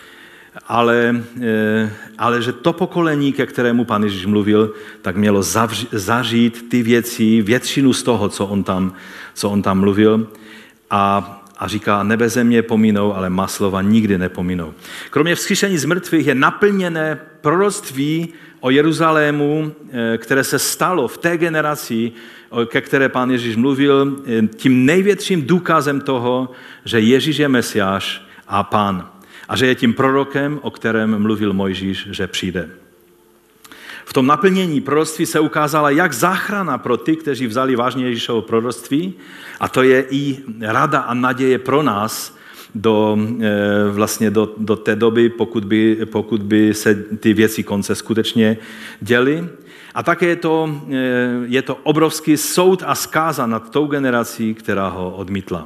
Speaker 1: Ale, ale že to pokolení, ke kterému Pán Ježíš mluvil, tak mělo zavři, zažít ty věci, většinu z toho, co on tam, co on tam mluvil. A, a říká, nebe země pomínou, ale má slova nikdy nepomínou. Kromě vzkříšení z mrtvých je naplněné proroctví o Jeruzalému, které se stalo v té generaci, ke které Pán Ježíš mluvil, tím největším důkazem toho, že Ježíš je Mesiáš a Pán. A že je tím prorokem, o kterém mluvil Mojžíš, že přijde. V tom naplnění proroctví se ukázala jak záchrana pro ty, kteří vzali vážně Ježíšovo proroctví, a to je i rada a naděje pro nás do, vlastně do, do té doby, pokud by, pokud by se ty věci konce skutečně děly. A také je to, je to obrovský soud a zkáza nad tou generací, která ho odmítla.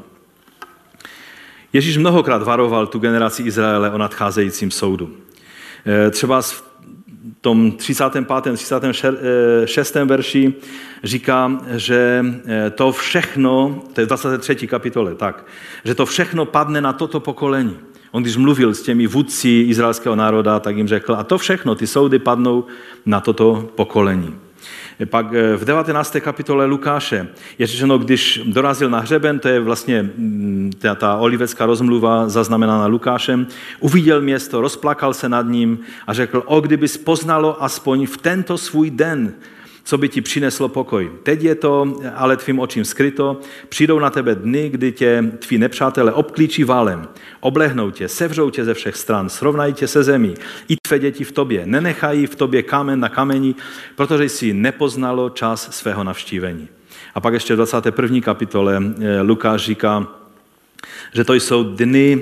Speaker 1: Ježíš mnohokrát varoval tu generaci Izraele o nadcházejícím soudu. Třeba v tom třicátém pátém třicátém šestém verši říká, že to všechno, to je v dvacáté třetí kapitole, tak, že to všechno padne na toto pokolení. On když mluvil s těmi vůdci izraelského národa, tak jim řekl, a to všechno, ty soudy padnou na toto pokolení. Pak v devatenácté kapitole Lukáše je řečeno, když dorazil na hřeben, to je vlastně ta, ta olivecká rozmluva zaznamenána Lukášem, uviděl město, rozplakal se nad ním a řekl, o kdybys poznalo aspoň v tento svůj den, co by ti přineslo pokoj. Teď je to ale tvým očím skryto, přijdou na tebe dny, kdy tě tví nepřátelé obklíčí válem, oblehnou tě, sevřou tě ze všech stran, srovnají tě se zemí, i tvé děti v tobě, nenechají v tobě kámen na kameni, protože jsi nepoznalo čas svého navštívení. A pak ještě v dvacáté první kapitole Lukáš říká, že to jsou dny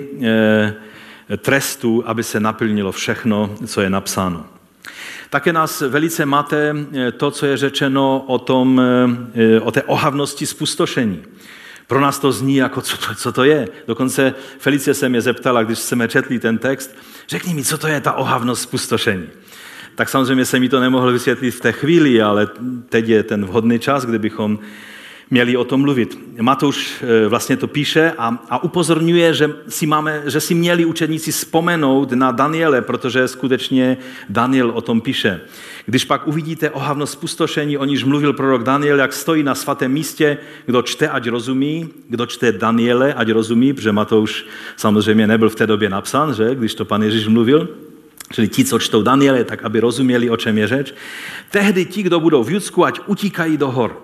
Speaker 1: trestu, aby se naplnilo všechno, co je napsáno. Také nás velice mate to, co je řečeno o, tom, o té ohavnosti spustošení. Pro nás to zní jako, co to, co to je. Dokonce Felicie se mě zeptala, když jsme četli ten text, řekni mi, co to je ta ohavnost spustošení. Tak samozřejmě se mi to nemohl vysvětlit v té chvíli, ale teď je ten vhodný čas, kdybychom měli o tom mluvit. Matouš vlastně to píše a, a upozorňuje, že si, máme, že si měli učedníci vzpomenout na Daniele, protože skutečně Daniel o tom píše. Když pak uvidíte ohavnost spustošení, o níž mluvil prorok Daniel, jak stojí na svatém místě, kdo čte, ať rozumí, kdo čte Daniele, ať rozumí, protože Matouš samozřejmě nebyl v té době napsán, že, když to pan Ježíš mluvil. Čili ti, co čtou Daniele, tak aby rozuměli, o čem je řeč. Tehdy ti, kdo budou v Judsku, ať utíkají do hor.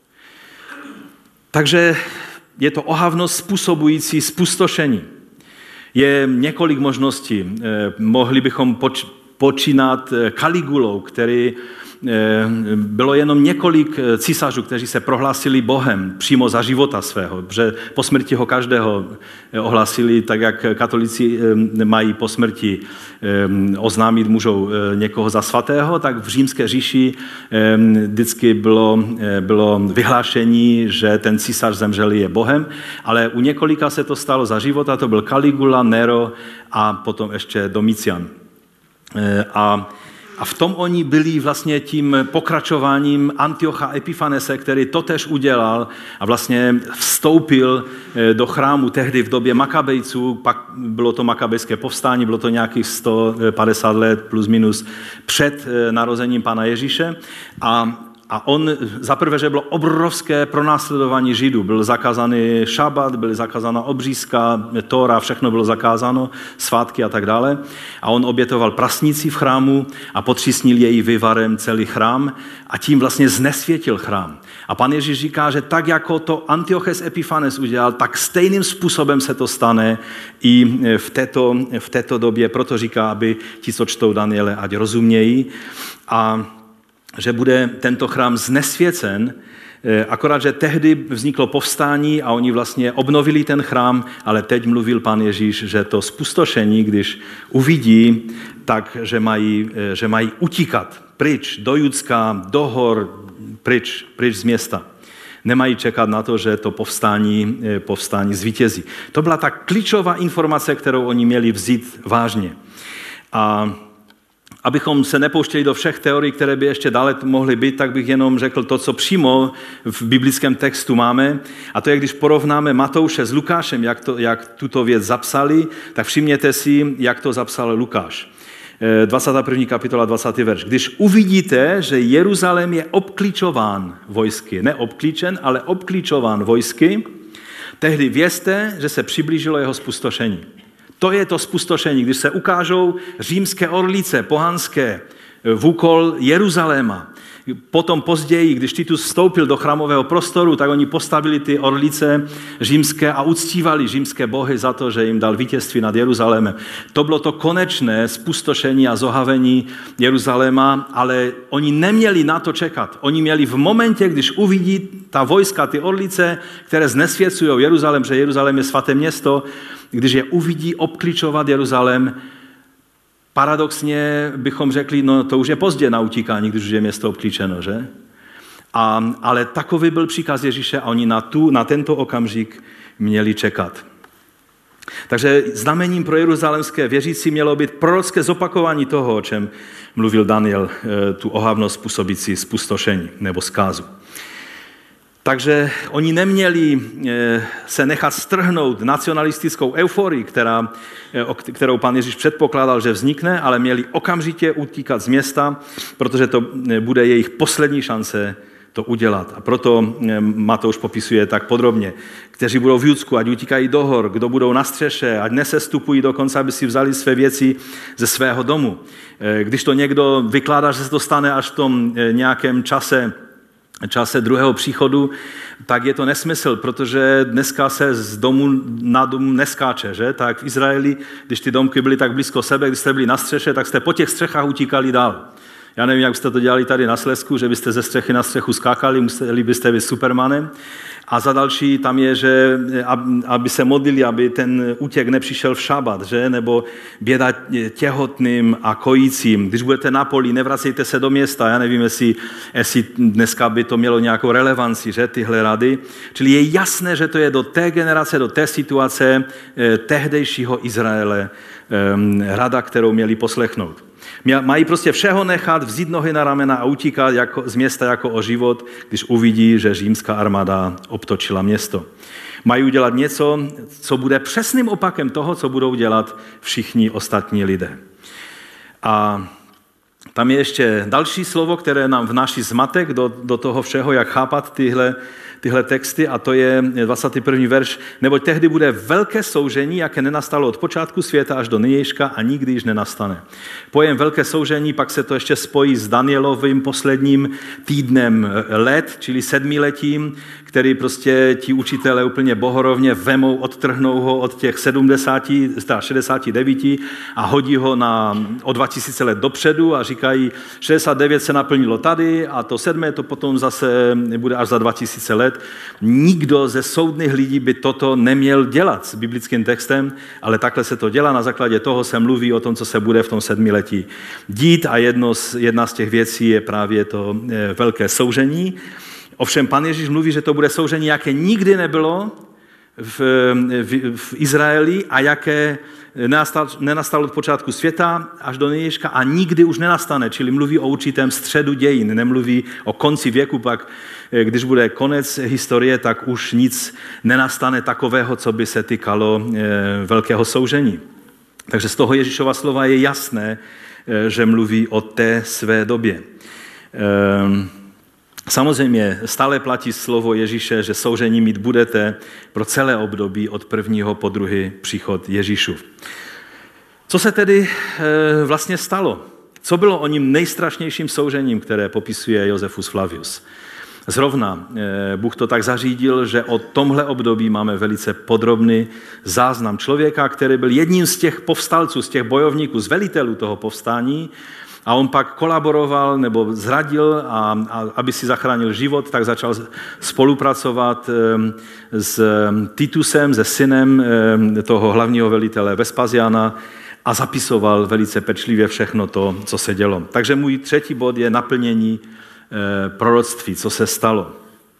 Speaker 1: Takže je to ohavnost způsobující spustošení. Je několik možností. Mohli bychom poč- počínat Kaligulou, který bylo jenom několik císařů, kteří se prohlásili Bohem přímo za života svého, protože po smrti ho každého ohlásili, tak jak katolíci mají po smrti oznámit můžou někoho za svatého, tak v římské říši vždycky bylo, bylo vyhlášení, že ten císař zemřelý je Bohem, ale u několika se to stalo za života, to byl Caligula, Nero a potom ještě Domitian. A A v tom oni byli vlastně tím pokračováním Antiocha Epifanese, který to tež udělal a vlastně vstoupil do chrámu tehdy v době Makabejců, pak bylo to makabejské povstání, bylo to nějakých sto padesát let plus minus před narozením Pána Ježíše a A on, zaprvé, že bylo obrovské pronásledování Židů. Byl zakázaný šabat, byly zakázána obřízka, Tóra, všechno bylo zakázáno, svátky a tak dále. A on obětoval prasnici v chrámu a potřísnil její vyvarem celý chrám a tím vlastně znesvětil chrám. A Pan Ježíš říká, že tak, jako to Antioches Epifanes udělal, tak stejným způsobem se to stane i v této, v této době. Proto říká, aby ti, co čtou Daniele, ať rozumějí. A že bude tento chrám znesvěcen, akorát, že tehdy vzniklo povstání a oni vlastně obnovili ten chrám, ale teď mluvil Pán Ježíš, že to spustošení, když uvidí, tak, že mají, že mají utíkat pryč do Judska, do hor, pryč, pryč z města. Nemají čekat na to, že to povstání, povstání zvítězí. To byla ta klíčová informace, kterou oni měli vzít vážně. A abychom se nepouštěli do všech teorií, které by ještě dále mohly být, tak bych jenom řekl to, co přímo v biblickém textu máme. A to je, když porovnáme Matouše s Lukášem, jak, to, jak tuto věc zapsali, tak všimněte si, jak to zapsal Lukáš. dvacátá první kapitola, dvacátý verš. Když uvidíte, že Jeruzalém je obklíčován vojsky, ne obklíčen, ale obklíčován vojsky, tehdy vězte, že se přiblížilo jeho spustošení. To je to spustošení, když se ukážou římské orlice, pohanské, v úkol Jeruzaléma. Potom později, když Titus vstoupil do chrámového prostoru, tak oni postavili ty orlice římské a uctívali římské bohy za to, že jim dal vítězství nad Jeruzalémem. To bylo to konečné spustošení a zohavení Jeruzaléma, ale oni neměli na to čekat. Oni měli v momentě, když uvidí ta vojska, ty orlice, které znesvěcují Jeruzalém, že Jeruzalém je svaté město, když je uvidí obklíčovat Jeruzalém, paradoxně bychom řekli, no to už je pozdě na utíkání, když už je město obklíčeno, že? A, ale takový byl příkaz Ježíše a oni na, tu, na tento okamžik měli čekat. Takže znamením pro jeruzalémské věřící mělo být prorocké zopakování toho, o čem mluvil Daniel, tu ohavnost způsobící spustošení nebo zkázu. Takže oni neměli se nechat strhnout nacionalistickou euforii, která, kterou Pan Ježíš předpokládal, že vznikne, ale měli okamžitě utíkat z města, protože to bude jejich poslední šance to udělat. A proto Matouš popisuje tak podrobně. Kteří budou v Judsku, ať utíkají do hor, kdo budou na střeše, ať nesestupují dokonce, aby si vzali své věci ze svého domu. Když to někdo vykládá, že se to stane až v tom nějakém čase, čase druhého příchodu, tak je to nesmysl, protože dneska se z domu na dům neskáče, že? Tak v Izraeli, když ty domky byly tak blízko sebe, když jste byli na střeše, tak jste po těch střechách utíkali dál. Já nevím, jak jste to dělali tady na Slezsku, že byste ze střechy na střechu skákali, museli byste být Supermanem. A za další tam je, že aby se modlili, aby ten útěk nepřišel v šabat, že? Nebo běda těhotným a kojícím. Když budete na poli, nevracejte se do města. Já nevím, jestli, jestli dneska by to mělo nějakou relevanci, že? Tyhle rady. Čili je jasné, že to je do té generace, do té situace tehdejšího Izraele rada, kterou měli poslechnout. Mají prostě všeho nechat, vzít nohy na ramena a utíkat jako, z města jako o život, když uvidí, že římská armáda obtočila město. Mají udělat něco, co bude přesným opakem toho, co budou dělat všichni ostatní lidé. A tam je ještě další slovo, které nám vnáší zmatek do, do toho všeho, jak chápat tyhle, tyhle texty, a to je dvacátý první verš. Neboť tehdy bude velké soužení, jaké nenastalo od počátku světa až do nynějška a nikdy již nenastane. Pojem velké soužení, pak se to ještě spojí s Danielovým posledním týdnem let, čili sedmiletím, který prostě ti učitelé úplně bohorovně vemou, odtrhnou ho od těch sedmdesáti, šedesáti devíti a hodí ho na, o dva tisíce let dopředu a říkají, šedesát devět se naplnilo tady a to sedmé to potom zase bude až za dva tisíce let. Nikdo ze soudných lidí by toto neměl dělat s biblickým textem, ale takhle se to dělá, na základě toho se mluví o tom, co se bude v tom sedmiletí dít a jedno z, jedna z těch věcí je právě to velké soužení. Ovšem pan Ježíš mluví, že to bude soužení, jaké nikdy nebylo v, v, v Izraeli a jaké nenastal, nenastal od počátku světa až do nynějška a nikdy už nenastane, čili mluví o určitém středu dějin, nemluví o konci věku, pak když bude konec historie, tak už nic nenastane takového, co by se týkalo velkého soužení. Takže z toho Ježíšova slova je jasné, že mluví o té své době. Samozřejmě stále platí slovo Ježíše, že soužení mít budete pro celé období od prvního po druhý příchod Ježíšův. Co se tedy vlastně stalo? Co bylo o ním nejstrašnějším soužením, které popisuje Josefus Flavius? Zrovna Bůh to tak zařídil, že o tomhle období máme velice podrobný záznam člověka, který byl jedním z těch povstalců, z těch bojovníků, z velitelů toho povstání, a on pak kolaboroval nebo zradil, a, a aby si zachránil život, tak začal spolupracovat s Titusem, se synem toho hlavního velitele Vespasiana a zapisoval velice pečlivě všechno to, co se dělo. Takže můj třetí bod je naplnění proroctví, co se stalo.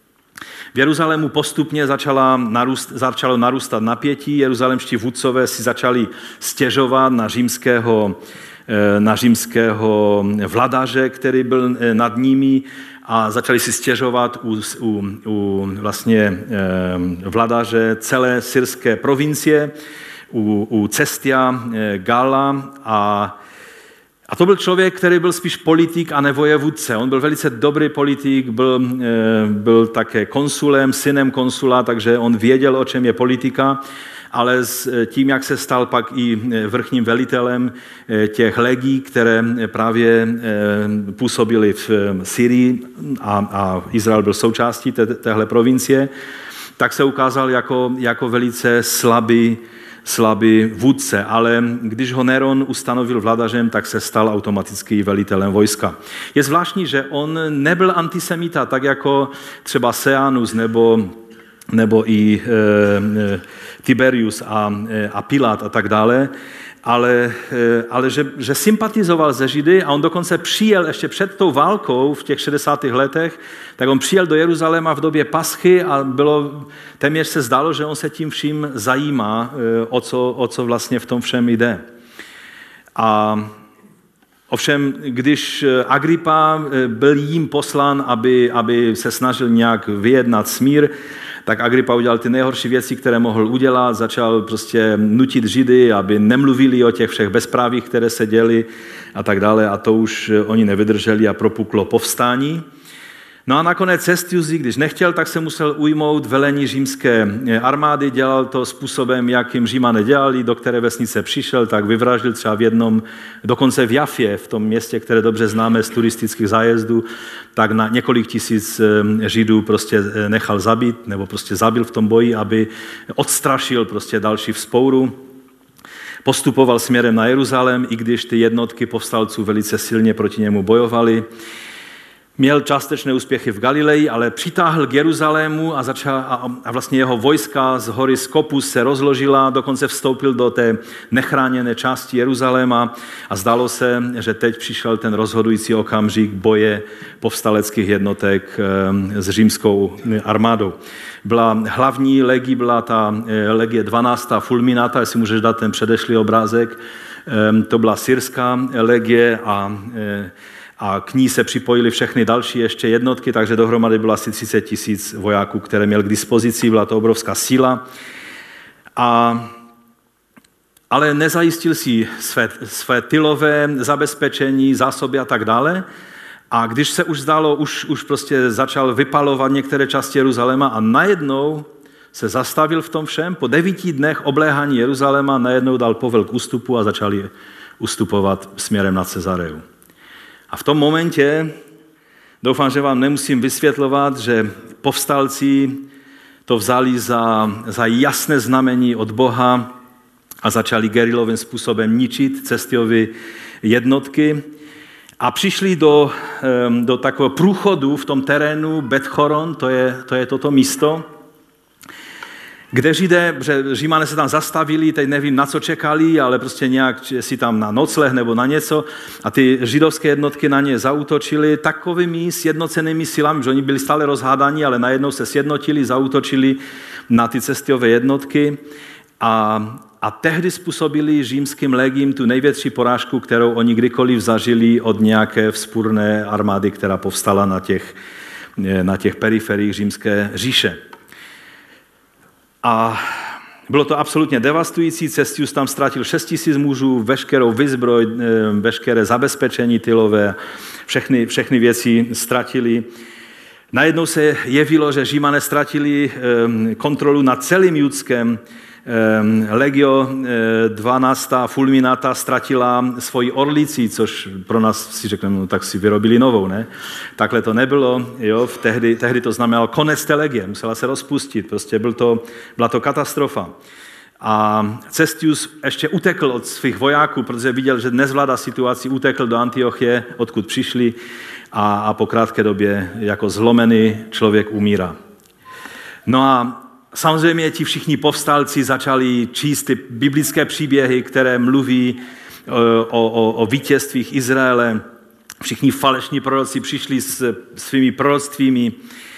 Speaker 1: V Jeruzalému postupně začala narůst, začalo narůstat napětí, jeruzalemští vůdcové si začali stěžovat na římského na římského vladaře, který byl nad nimi, a začali si stěžovat u, u, u vlastně vladaře celé syrské provincie, u, u Cestia Gala, a A to byl člověk, který byl spíš politik a ne vojevůdce. On byl velice dobrý politik, byl, byl také konsulem, synem konsula, takže on věděl, o čem je politika, ale s tím, jak se stal pak i vrchním velitelem těch legií, které právě působily v Syrii, a, a Izrael byl součástí té, téhle provincie, tak se ukázal jako, jako velice slabý slabý vůdce, ale když ho Neron ustanovil vladařem, tak se stal automaticky velitelem vojska. Je zvláštní, že on nebyl antisemita, tak jako třeba Sejanus nebo, nebo i e, Tiberius a, a Pilát a tak dále, ale, ale že, že sympatizoval ze Židy, a on dokonce přijel ještě před tou válkou v těch šedesátých letech, tak on přijel do Jeruzaléma v době Paschy a bylo, téměř se zdálo, že on se tím vším zajímá, o co, o co vlastně v tom všem jde. A ovšem, když Agripa byl jím poslán, aby, aby se snažil nějak vyjednat smír, tak Agripa udělal ty nejhorší věci, které mohl udělat, začal prostě nutit Židy, aby nemluvili o těch všech bezprávích, které se děly a tak dále, a to už oni nevydrželi a propuklo povstání. No a nakonec Cestius, když nechtěl, tak se musel ujmout velení římské armády, dělal to způsobem, jakým Římané dělali, do které vesnice přišel, tak vyvraždil třeba v jednom, dokonce v Jafě, v tom městě, které dobře známe z turistických zájezdů, tak na několik tisíc Židů prostě nechal zabít, nebo prostě zabil v tom boji, aby odstrašil prostě další vzpouru. Postupoval směrem na Jeruzalém, i když ty jednotky povstalců velice silně proti němu bojovaly. Měl částečné úspěchy v Galileji, ale přitáhl k Jeruzalému a, začal, a, a vlastně jeho vojska z hory Skopus se rozložila, dokonce vstoupil do té nechráněné části Jeruzaléma a zdalo se, že teď přišel ten rozhodující okamžik boje povstaleckých jednotek s římskou armádou. Byla hlavní legie, byla ta legie dvanáctá Fulminata, jestli můžeš dát ten předešlý obrázek, to byla syrská legie a A k ní se připojily všechny další ještě jednotky, takže dohromady bylo asi třicet tisíc vojáků, které měl k dispozici, byla to obrovská síla. A, ale nezajistil si své, své tylové zabezpečení, zásoby a tak dále. A když se už zdálo, už, už prostě začal vypalovat některé části Jeruzaléma a najednou se zastavil v tom všem. Po devíti dnech obléhání Jeruzaléma najednou dal povel k ústupu a začali ustupovat směrem na Cezareu. A v tom momentě, doufám, že vám nemusím vysvětlovat, že povstalci to vzali za, za jasné znamení od Boha a začali gerilovým způsobem ničit Cestiovy jednotky a přišli do, do takového průchodu v tom terénu Bet Choron, to je, to je toto místo. kde Židé, že Římané se tam zastavili, teď nevím, na co čekali, ale prostě nějak si tam na nocleh nebo na něco a ty židovské jednotky na ně zaútočili takovými sjednocenými silami, že oni byli stále rozhádaní, ale najednou se sjednotili, zaútočili na ty cestiové jednotky a, a tehdy způsobili římským legím tu největší porážku, kterou oni kdykoliv zažili od nějaké vzpůrné armády, která povstala na těch, na těch periferiích římské říše. A bylo to absolutně devastující, Cestius tam ztratil šest tisíc mužů, veškerou vyzbroj, veškeré zabezpečení tylové, všechny, všechny věci ztratili. Najednou se jevilo, že Římané ztratili kontrolu nad celým Judskem. Legio dvanáctá Fulminata ztratila svoji orlici, což pro nás si řekneme, no tak si vyrobili novou, ne? Takhle to nebylo, jo? Tehdy, tehdy to znamenalo konec té legie, musela se rozpustit, prostě byl to, byla to katastrofa. A Cestius ještě utekl od svých vojáků, protože viděl, že nezvládá situaci, utekl do Antiochie, odkud přišli a, a po krátké době jako zlomený člověk umírá. No a samozřejmě ti všichni povstalci začali číst ty biblické příběhy, které mluví o, o, o vítězstvích Izraele. Všichni falešní proroci přišli s svými proroctvími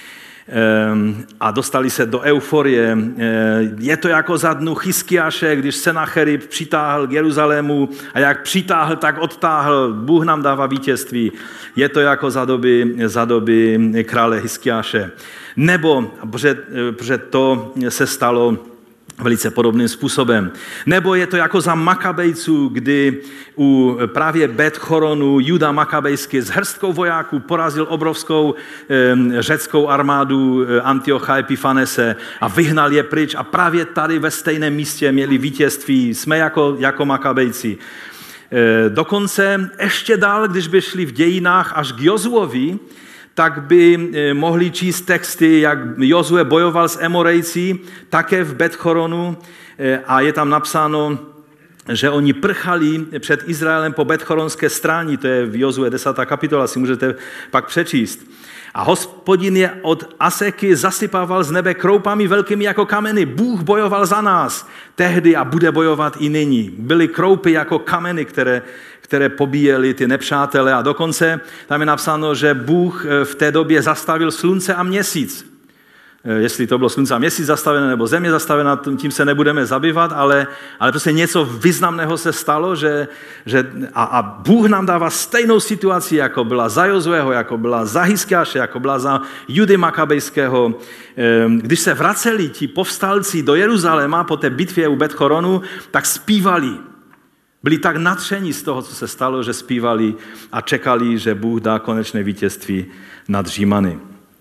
Speaker 1: a dostali se do euforie. Je to jako za dnu Chiskiáše, když Senacherib přitáhl k Jeruzalému a jak přitáhl, tak odtáhl. Bůh nám dává vítězství. Je to jako za doby, za doby krále Chiskiáše. Nebo, protože, protože to se stalo velice podobným způsobem. Nebo je to jako za Makabejců, kdy u právě Bet Choronu Juda Makabejský s hrstkou vojáků porazil obrovskou e, řeckou armádu Antiocha Epifanese a vyhnal je pryč a právě tady ve stejném místě měli vítězství. Jsme jako, jako Makabejci. E, dokonce ještě dál, když by šli v dějinách až k Jozuovi, tak by mohli číst texty, jak Jozue bojoval s Emorejci, také v Bet-Choronu a je tam napsáno, že oni prchali před Izraelem po Bet-Choronské stráni, to je v Jozue desátá kapitola, si můžete pak přečíst. A Hospodin je od Aseky zasypával z nebe kroupami velkými jako kameny. Bůh bojoval za nás tehdy a bude bojovat i nyní. Byly kroupy jako kameny, které, které pobíjely ty nepřátele a dokonce tam je napsáno, že Bůh v té době zastavil slunce a měsíc. Jestli to bylo slunce a měsíc zastavené nebo země zastavená, tím se nebudeme zabývat, ale, ale prostě něco významného se stalo, že, že a, a Bůh nám dává stejnou situaci, jako byla za Jozueho, jako byla za Hiskiáše, jako byla za Judy Makabejského. Když se vraceli ti povstalci do Jeruzaléma po té bitvě u Bet-Choronu, tak zpívali. Byli tak nadšení z toho, co se stalo, že zpívali a čekali, že Bůh dá konečné vítězství nad Římany.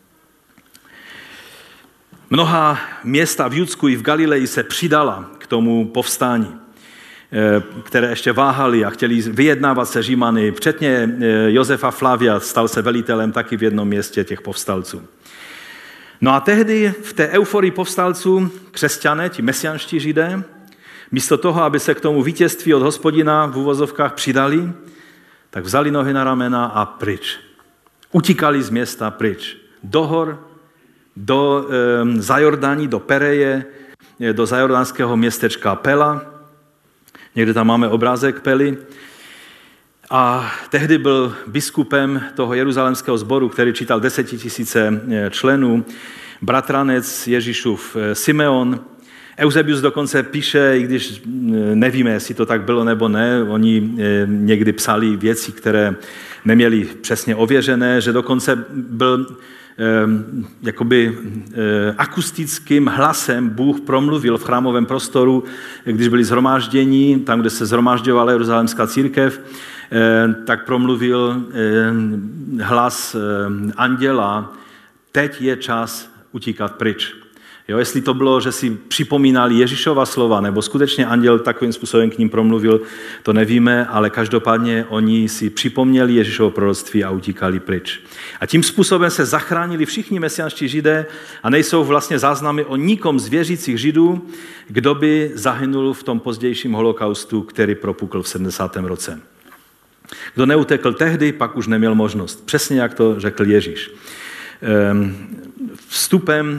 Speaker 1: Mnoha města v Judsku i v Galileji se přidala k tomu povstání, které ještě váhali a chtěli vyjednávat se Římany. Včetně Josefa Flavia stal se velitelem taky v jednom městě těch povstalců. No a tehdy v té euforii povstalců křesťané, ti mesianští Židé, místo toho, aby se k tomu vítězství od Hospodina v uvozovkách přidali, tak vzali nohy na ramena a pryč. Utíkali z města pryč. Do hor, do e, Zajordání, do Pereje, do zajordánského městečka Pela. Někde tam máme obrázek Pely. A tehdy byl biskupem toho jeruzalémského sboru, který čítal desetitisíce členů, bratranec Ježíšův Simeon. Eusebius dokonce píše, i když nevíme, jestli to tak bylo nebo ne, oni někdy psali věci, které neměli přesně ověřené, že dokonce byl jakoby akustickým hlasem Bůh promluvil v chrámovém prostoru, když byli shromáždění, tam, kde se shromážďovala jeruzalémská církev, tak promluvil hlas anděla, teď je čas utíkat pryč. Jo, jestli to bylo, že si připomínali Ježíšova slova, nebo skutečně anděl takovým způsobem k ním promluvil, to nevíme, ale každopádně oni si připomněli Ježíšovo proroctví a utíkali pryč. A tím způsobem se zachránili všichni mesianští Židé a nejsou vlastně záznamy o nikom z věřících Židů, kdo by zahynul v tom pozdějším holokaustu, který propukl v sedmdesátém roce. Kdo neutekl tehdy, pak už neměl možnost. Přesně jak to řekl Ježíš. Vstupem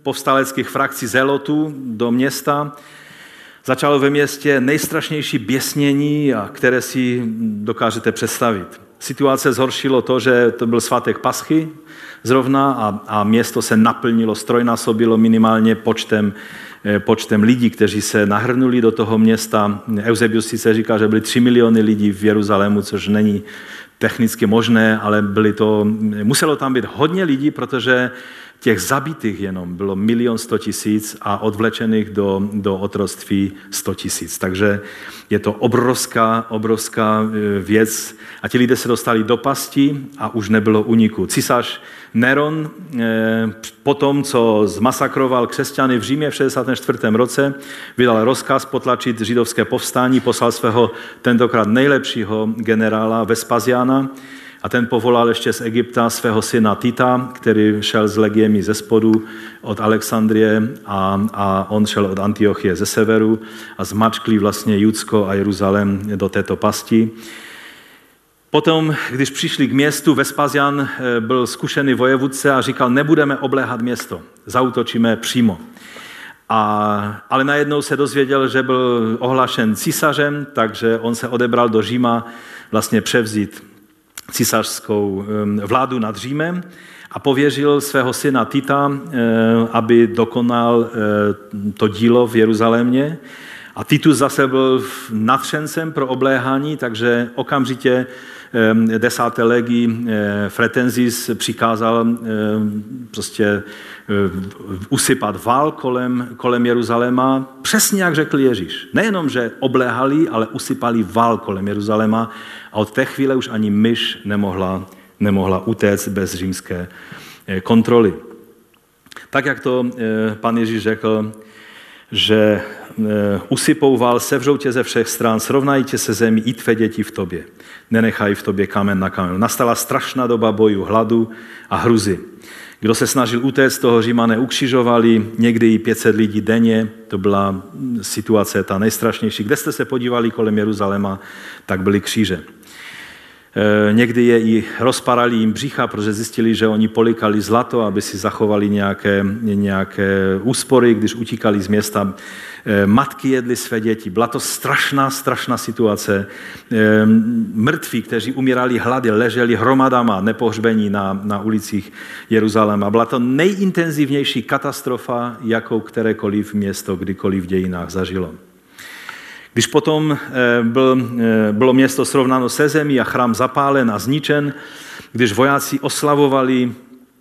Speaker 1: povstaleckých frakcí zelotů do města. Začalo ve městě nejstrašnější běsnění, které si dokážete představit. Situace zhoršilo to, že to byl svátek Paschy zrovna a, a město se naplnilo, strojnásobilo minimálně počtem, počtem lidí, kteří se nahrnuli do toho města. Eusebius sice říká, že byly tři miliony lidí v Jeruzalému, což není technicky možné, ale byly to, muselo tam být hodně lidí, protože těch zabitých jenom bylo milion sto tisíc a odvlečených do, do otroctví sto tisíc. Takže je to obrovská, obrovská věc a ti lidé se dostali do pasti a už nebylo úniku. Císař Neron po tom, co zmasakroval křesťany v Římě v šedesátém čtvrtém roce, vydal rozkaz potlačit židovské povstání, poslal svého tentokrát nejlepšího generála Vespasiana, a ten povolal ještě z Egypta svého syna Tita, který šel s legiemi ze spodu od Alexandrie a, a on šel od Antiochie ze severu a zmačkli vlastně Judsko a Jeruzalém do této pasti. Potom, když přišli k městu, Vespasian byl zkušený vojevůdce a říkal, nebudeme obléhat město, zaútočíme přímo. A, ale najednou se dozvěděl, že byl ohlašen císařem, takže on se odebral do Říma vlastně převzít císařskou vládu nad Římem a pověřil svého syna Tita, aby dokonal to dílo v Jeruzalémě. A Titus zase byl nadšencem pro obléhání, takže okamžitě desáté legii Fretensis přikázal prostě usypat vál kolem, kolem Jeruzaléma, přesně jak řekl Ježíš. Nejenom, že obléhali, ale usypali vál kolem Jeruzaléma a od té chvíle už ani myš nemohla, nemohla utéct bez římské kontroly. Tak, jak to pan Ježíš řekl, že usypou vál, sevřou tě ze všech stran, srovnají tě se zemí i tvé děti v tobě. Nenechají v tobě kamen na kamenu. Nastala strašná doba bojů, hladu a hruzy. Kdo se snažil utéct, toho Římané ukřižovali, někdy i pět set lidí denně, to byla situace ta nejstrašnější. Kde jste se podívali kolem Jeruzaléma, tak byly kříže. Někdy je i rozparali jim břicha, protože zjistili, že oni polikali zlato, aby si zachovali nějaké, nějaké úspory, když utíkali z města. Matky jedly své děti. Byla to strašná, strašná situace. Mrtví, kteří umírali hlady, leželi hromadama nepohřbení na, na ulicích Jeruzaléma. Byla to nejintenzivnější katastrofa, jakou kterékoliv město kdykoliv v dějinách zažilo. Když potom byl, bylo město srovnáno se zemí a chrám zapálen a zničen, když vojáci oslavovali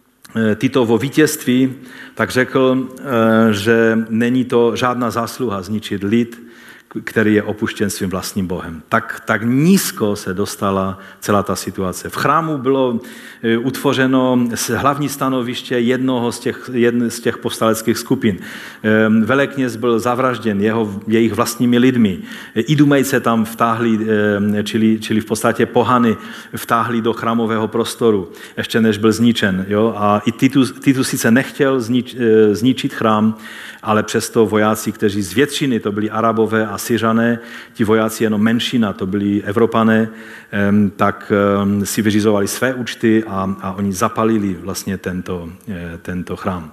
Speaker 1: Titovo vítězství, tak řekl, že není to žádná zásluha zničit lid, který je opuštěn svým vlastním Bohem. Tak, tak nízko se dostala celá ta situace. V chrámu bylo utvořeno hlavní stanoviště jednoho z těch, jedn z těch povstaleckých skupin. Velekněz byl zavražděn jeho, jejich vlastními lidmi. Idumejce tam vtáhli, čili, čili v podstatě pohany vtáhli do chrámového prostoru, ještě než byl zničen. Jo? A i Titus, Titus sice nechtěl znič, zničit chrám, ale přesto vojáci, kteří z většiny, to byli Arabové a Syřané, ti vojáci jenom menšina, to byli Evropané, tak si vyřizovali své účty a, a oni zapalili vlastně tento, tento chrám.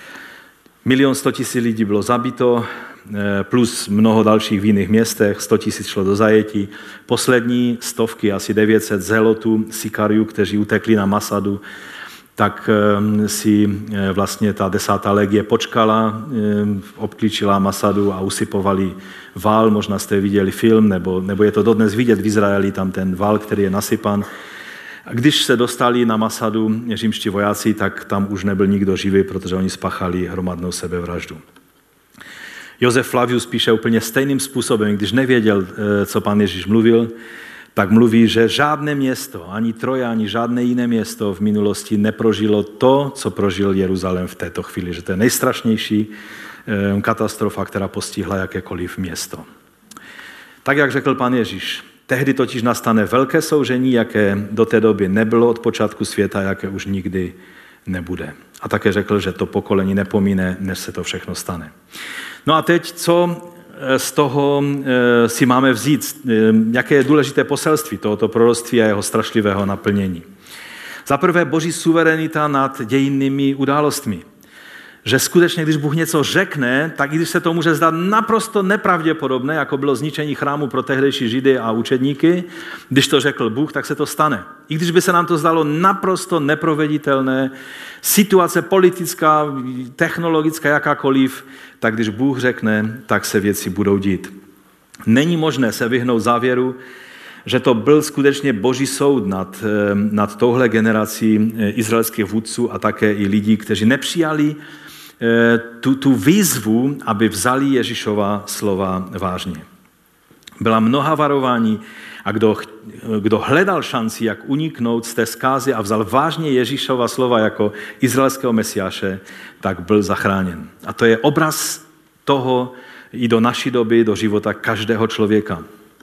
Speaker 1: Milion sto tisíc lidí bylo zabito, plus mnoho dalších v jiných městech, sto tisíc šlo do zajetí. Poslední stovky, asi devět set zelotů, sikariů, kteří utekli na Masadu, tak si vlastně ta desátá legie počkala, obklíčila Masadu a usypovali vál. Možná jste viděli film, nebo, nebo je to dodnes vidět v Izraeli, tam ten vál, který je nasypan. A když se dostali na Masadu římští vojáci, tak tam už nebyl nikdo živý, protože oni spáchali hromadnou sebevraždu. Josef Flavius píše úplně stejným způsobem, když nevěděl, co pan Ježíš mluvil, tak mluví, že žádné město, ani Troje, ani žádné jiné město v minulosti neprožilo to, co prožil Jeruzalém v této chvíli, že to je nejstrašnější katastrofa, která postihla jakékoliv město. Tak, jak řekl pan Ježíš, tehdy totiž nastane velké soužení, jaké do té doby nebylo od počátku světa, jaké už nikdy nebude. A také řekl, že to pokolení nepomíne, než se to všechno stane. No a teď, co z toho si máme vzít, jaké je důležité poselství tohoto proroctví a jeho strašlivého naplnění. Za prvé boží suverenita nad dějinnými událostmi. že skutečně, když Bůh něco řekne, tak i když se to může zdát naprosto nepravděpodobné, jako bylo zničení chrámu pro tehdejší Židy a učedníky, když to řekl Bůh, tak se to stane. I když by se nám to zdalo naprosto neproveditelné, situace politická, technologická, jakákoliv, tak když Bůh řekne, tak se věci budou dít. Není možné se vyhnout závěru, že to byl skutečně boží soud nad, nad touhle generací izraelských vůdců a také i lidí, kteří nepřijali tu, tu výzvu, aby vzali Ježíšova slova vážně. Byla mnoha varování a kdo, kdo hledal šanci, jak uniknout z té zkázy a vzal vážně Ježíšova slova jako izraelského mesiáše, tak byl zachráněn. A to je obraz toho i do naší doby, do života každého člověka.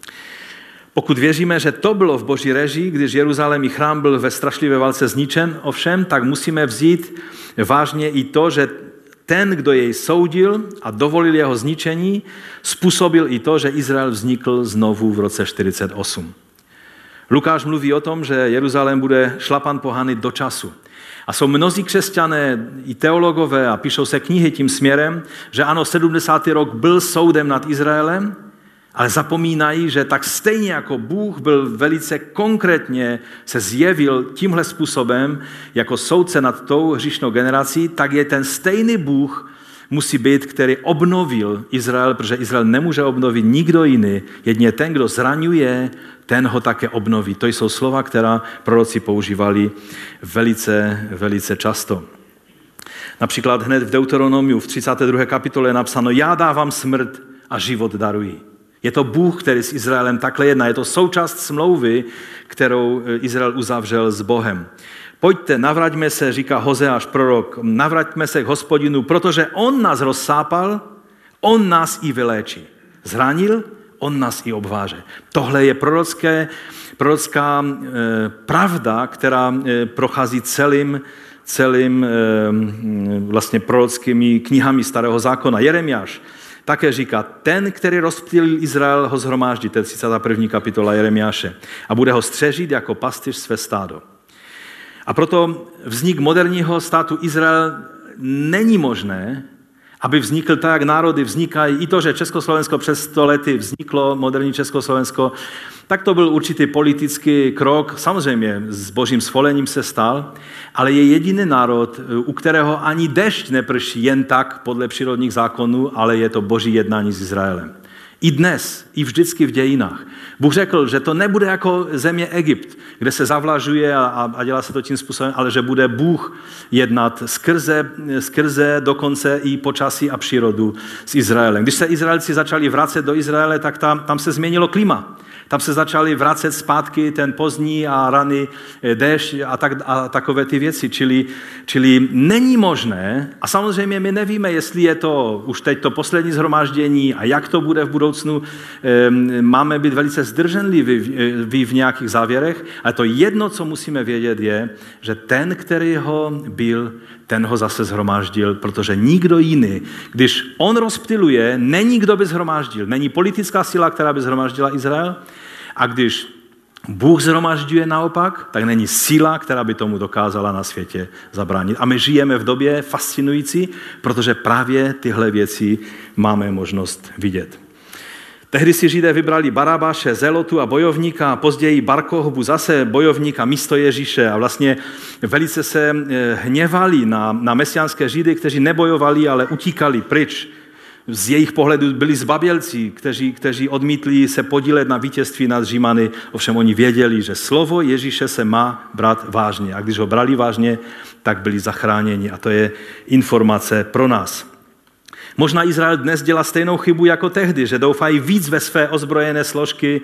Speaker 1: Pokud věříme, že to bylo v boží režii, když Jeruzalém i chrám byl ve strašlivé válce zničen, ovšem, tak musíme vzít vážně i to, že ten, kdo jej soudil a dovolil jeho zničení, způsobil i to, že Izrael vznikl znovu v roce čtyřicet osm. Lukáš mluví o tom, že Jeruzalém bude šlapan pohany do času. A jsou mnozí křesťané i teologové a píšou se knihy tím směrem, že ano, sedmdesátý rok byl soudem nad Izraelem, ale zapomínají, že tak stejně jako Bůh byl velice konkrétně se zjevil tímhle způsobem jako soudce nad tou hříšnou generací, tak je ten stejný Bůh musí být, který obnovil Izrael, protože Izrael nemůže obnovit nikdo jiný. Jedině ten, kdo zraňuje, ten ho také obnoví. To jsou slova, která proroci používali velice, velice často. Například hned v Deuteronomiu v třicáté druhé kapitole je napsáno: Já dávám smrt a život daruji. Je to Bůh, který s Izraelem takhle jedná. Je to součást smlouvy, kterou Izrael uzavřel s Bohem. Pojďte, navraťme se, říká Hozeáš prorok, navraťme se k Hospodinu, protože on nás rozsápal, on nás i vyléčí. Zranil, on nás i obváže. Tohle je prorocké, prorocká e, pravda, která e, prochází celým, celým e, vlastně prorockými knihami Starého zákona. Jeremiáš také říká, ten, který rozptýlil Izrael, ho shromáždí, to je třicátá první kapitola Jeremiáše, a bude ho střežit jako pastýř své stádo. A proto vznik moderního státu Izrael není možné, aby vznikl tak, jak národy vznikají. I to, že Československo přes sto lety vzniklo, moderní Československo, tak to byl určitý politický krok. Samozřejmě s božím svolením se stal, ale je jediný národ, u kterého ani dešť neprší jen tak podle přírodních zákonů, ale je to boží jednání s Izraelem. I dnes, i vždycky v dějinách. Bůh řekl, že to nebude jako země Egypt, kde se zavlažuje a, a dělá se to tím způsobem, ale že bude Bůh jednat skrze, skrze dokonce i počasí a přírodu s Izraelem. Když se Izraelci začali vracet do Izraele, tak tam, tam se změnilo klima. Tam se začali vracet zpátky ten pozdní a raný déšť a, tak, a takové ty věci. Čili, čili není možné, a samozřejmě my nevíme, jestli je to už teď to poslední shromáždění a jak to bude v budoucnu. Máme být velice zdrženliví v nějakých závěrech, ale to jedno, co musíme vědět, je, že ten, který ho byl, ten ho zase shromáždil, protože nikdo jiný, když on rozptyluje, není kdo by shromáždil. Není politická síla, která by shromáždila Izrael, a když Bůh shromažďuje naopak, tak není síla, která by tomu dokázala na světě zabránit. A my žijeme v době fascinující, protože právě tyhle věci máme možnost vidět. Tehdy si Židé vybrali Barabáše, zelotu a bojovníka, a později Bar-Kochbu, zase bojovníka místo Ježíše, a vlastně velice se hněvali na, na mesiánské Židy, kteří nebojovali, ale utíkali pryč. Z jejich pohledu byli zbabělci, kteří, kteří odmítli se podílet na vítězství nad Římany, ovšem oni věděli, že slovo Ježíše se má brát vážně. A když ho brali vážně, tak byli zachráněni. A to je informace pro nás. Možná Izrael dnes dělá stejnou chybu jako tehdy, že doufají víc ve své ozbrojené složky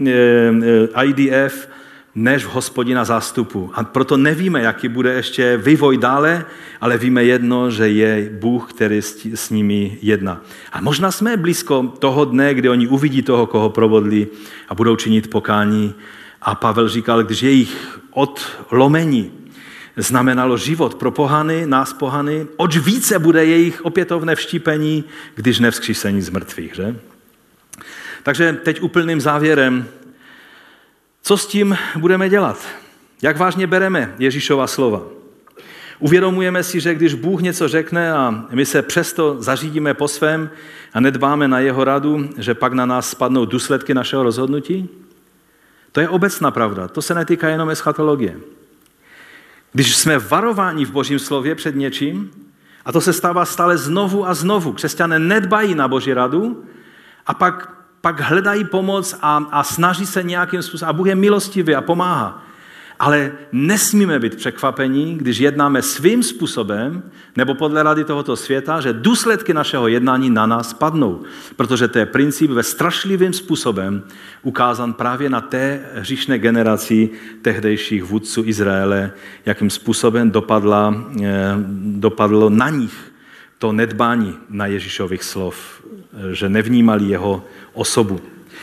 Speaker 1: I D F, než v Hospodina zástupu. A proto nevíme, jaký bude ještě vývoj dále, ale víme jedno, že je Bůh, který s nimi jedná. A možná jsme blízko toho dne, kdy oni uvidí toho, koho provodli, a budou činit pokání. A Pavel říkal, když jejich odlomení znamenalo život pro pohany, nás pohany, oč více bude jejich opětovné vštípení, když nevzkřísení z mrtvých. Že? Takže teď úplným závěrem, co s tím budeme dělat? Jak vážně bereme Ježíšova slova? Uvědomujeme si, že když Bůh něco řekne a my se přesto zařídíme po svém a nedbáme na jeho radu, že pak na nás spadnou důsledky našeho rozhodnutí? To je obecná pravda, to se netýká jenom eschatologie. Když jsme varováni v Božím slově před něčím, a to se stává stále znovu a znovu, křesťané nedbají na Boží radu a pak, pak hledají pomoc a, a snaží se nějakým způsobem, a Bůh je milostivý a pomáhá. Ale nesmíme být překvapení, když jednáme svým způsobem nebo podle rady tohoto světa, že důsledky našeho jednání na nás padnou. Protože to je princip ve strašlivým způsobem ukázán právě na té hříšné generaci tehdejších vůdců Izraele, jakým způsobem dopadla, dopadlo na nich to nedbání na Ježíšových slov, že nevnímali jeho osobu.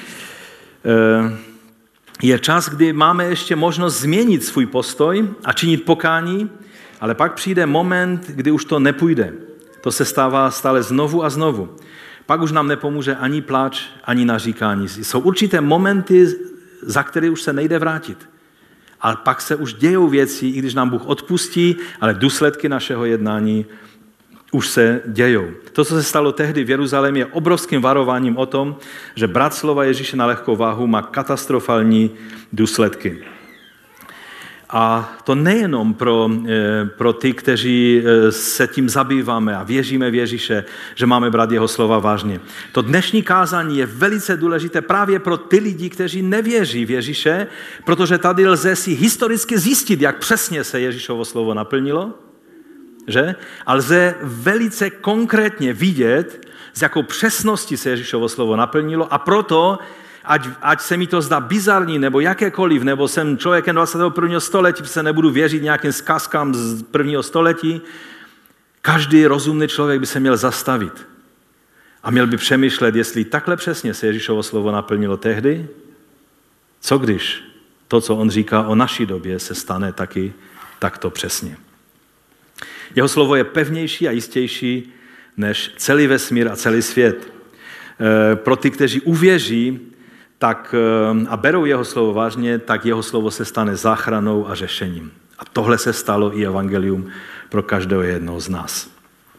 Speaker 1: Je čas, kdy máme ještě možnost změnit svůj postoj a činit pokání, ale pak přijde moment, kdy už to nepůjde. To se stává stále znovu a znovu. Pak už nám nepomůže ani pláč, ani naříkání. Jsou určité momenty, za které už se nejde vrátit. A pak se už dějou věci, i když nám Bůh odpustí, ale důsledky našeho jednání už se dějou. To, co se stalo tehdy v Jeruzalémě, je obrovským varováním o tom, že brát slova Ježíše na lehkou váhu má katastrofální důsledky. A to nejenom pro, pro ty, kteří se tím zabýváme a věříme v Ježíše, že máme brát jeho slova vážně. To dnešní kázání je velice důležité právě pro ty lidi, kteří nevěří v Ježíše, protože tady lze si historicky zjistit, jak přesně se Ježíšovo slovo naplnilo, že? A lze velice konkrétně vidět, s jakou přesností se Ježíšovo slovo naplnilo a proto, ať, ať se mi to zdá bizarní nebo jakékoliv, nebo jsem člověkem dvacátého prvního století, se nebudu věřit nějakým zkazkám z prvního století, každý rozumný člověk by se měl zastavit a měl by přemýšlet, jestli takhle přesně se Ježíšovo slovo naplnilo tehdy, co když to, co on říká o naší době, se stane taky takto přesně. Jeho slovo je pevnější a jistější než celý vesmír a celý svět. Pro ty, kteří uvěří tak, a berou jeho slovo vážně, tak jeho slovo se stane záchranou a řešením. A tohle se stalo i evangelium pro každého jednoho z nás.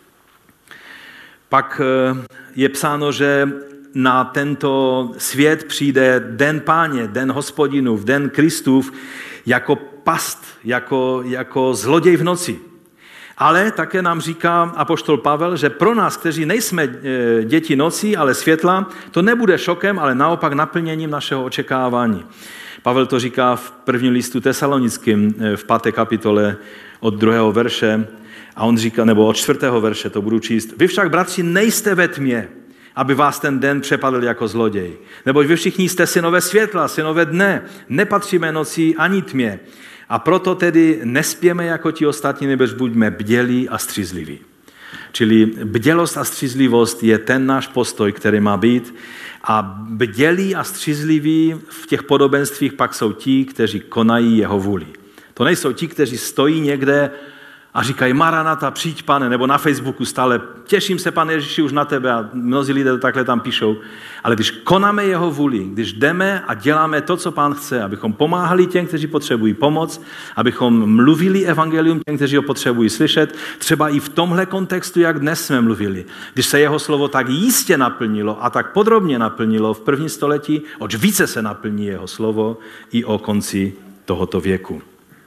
Speaker 1: Pak je psáno, že na tento svět přijde den Páně, den Hospodinův, den Kristův jako past, jako, jako zloděj v noci. Ale také nám říká apoštol Pavel, že pro nás, kteří nejsme děti noci, ale světla, to nebude šokem, ale naopak naplněním našeho očekávání. Pavel to říká v prvním listu Tesalonickým v páté kapitole od druhého verše a on říká, nebo od čtvrtého verše, to budu číst. Vy však, bratři, nejste ve tmě, aby vás ten den přepadl jako zloděj. Neboť vy všichni jste synové světla, synové dne, nepatříme noci ani tmě. A proto tedy nespěme jako ti ostatní, nebož buďme bdělí a střízliví. Čili bdělost a střízlivost je ten náš postoj, který má být. A bdělí a střízliví v těch podobenstvích pak jsou ti, kteří konají jeho vůli. To nejsou ti, kteří stojí někde a říkají Maranata, přijď, Pane, nebo na Facebooku stále těším se, Pane Ježíši, už na tebe a mnozí lidé to takhle tam píšou. Ale když konáme jeho vůli, když jdeme a děláme to, co Pán chce, abychom pomáhali těm, kteří potřebují pomoc, abychom mluvili evangelium těm, kteří ho potřebují slyšet, třeba i v tomhle kontextu, jak dnes jsme mluvili. Když se jeho slovo tak jistě naplnilo a tak podrobně naplnilo v první století, oč více se naplní jeho slovo i o konci tohoto věku.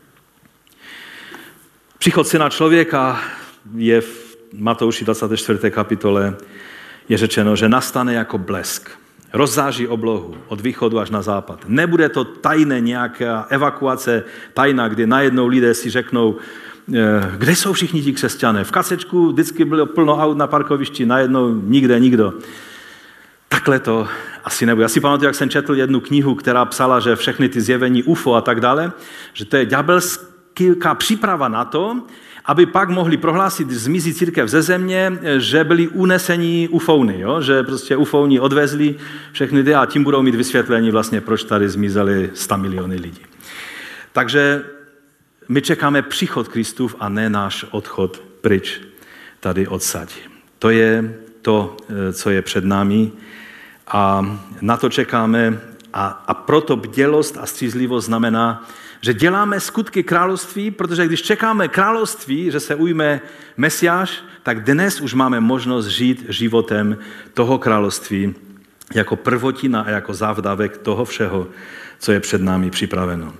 Speaker 1: Příchod Syna člověka je v Matouši dvacáté čtvrté kapitole je řečeno, že nastane jako blesk. Rozzáří oblohu od východu až na západ. Nebude to tajné nějaká evakuace, tajná, kdy najednou lidé si řeknou, kde jsou všichni ti křesťané. V Kacečku vždycky bylo plno aut na parkovišti, najednou nikde nikdo. Takhle to asi nebude. Já si pamatuju, jak jsem četl jednu knihu, která psala, že všechny ty zjevení U F O a tak dále, že to je ďábelské příprava na to, aby pak mohli prohlásit zmizí církev ze země, že byli uneseni ufouny, jo? Že prostě ufouni odvezli všechny ty a tím budou mít vysvětlení vlastně, proč tady zmizeli sta miliony lidí. Takže my čekáme příchod Kristův a ne náš odchod pryč tady odsaď. To je to, co je před námi a na to čekáme A, a proto bdělost a střízlivost znamená, že děláme skutky království, protože když čekáme království, že se ujme Mesiáš, tak dnes už máme možnost žít životem toho království jako prvotina a jako závdavek toho všeho, co je před námi připraveno.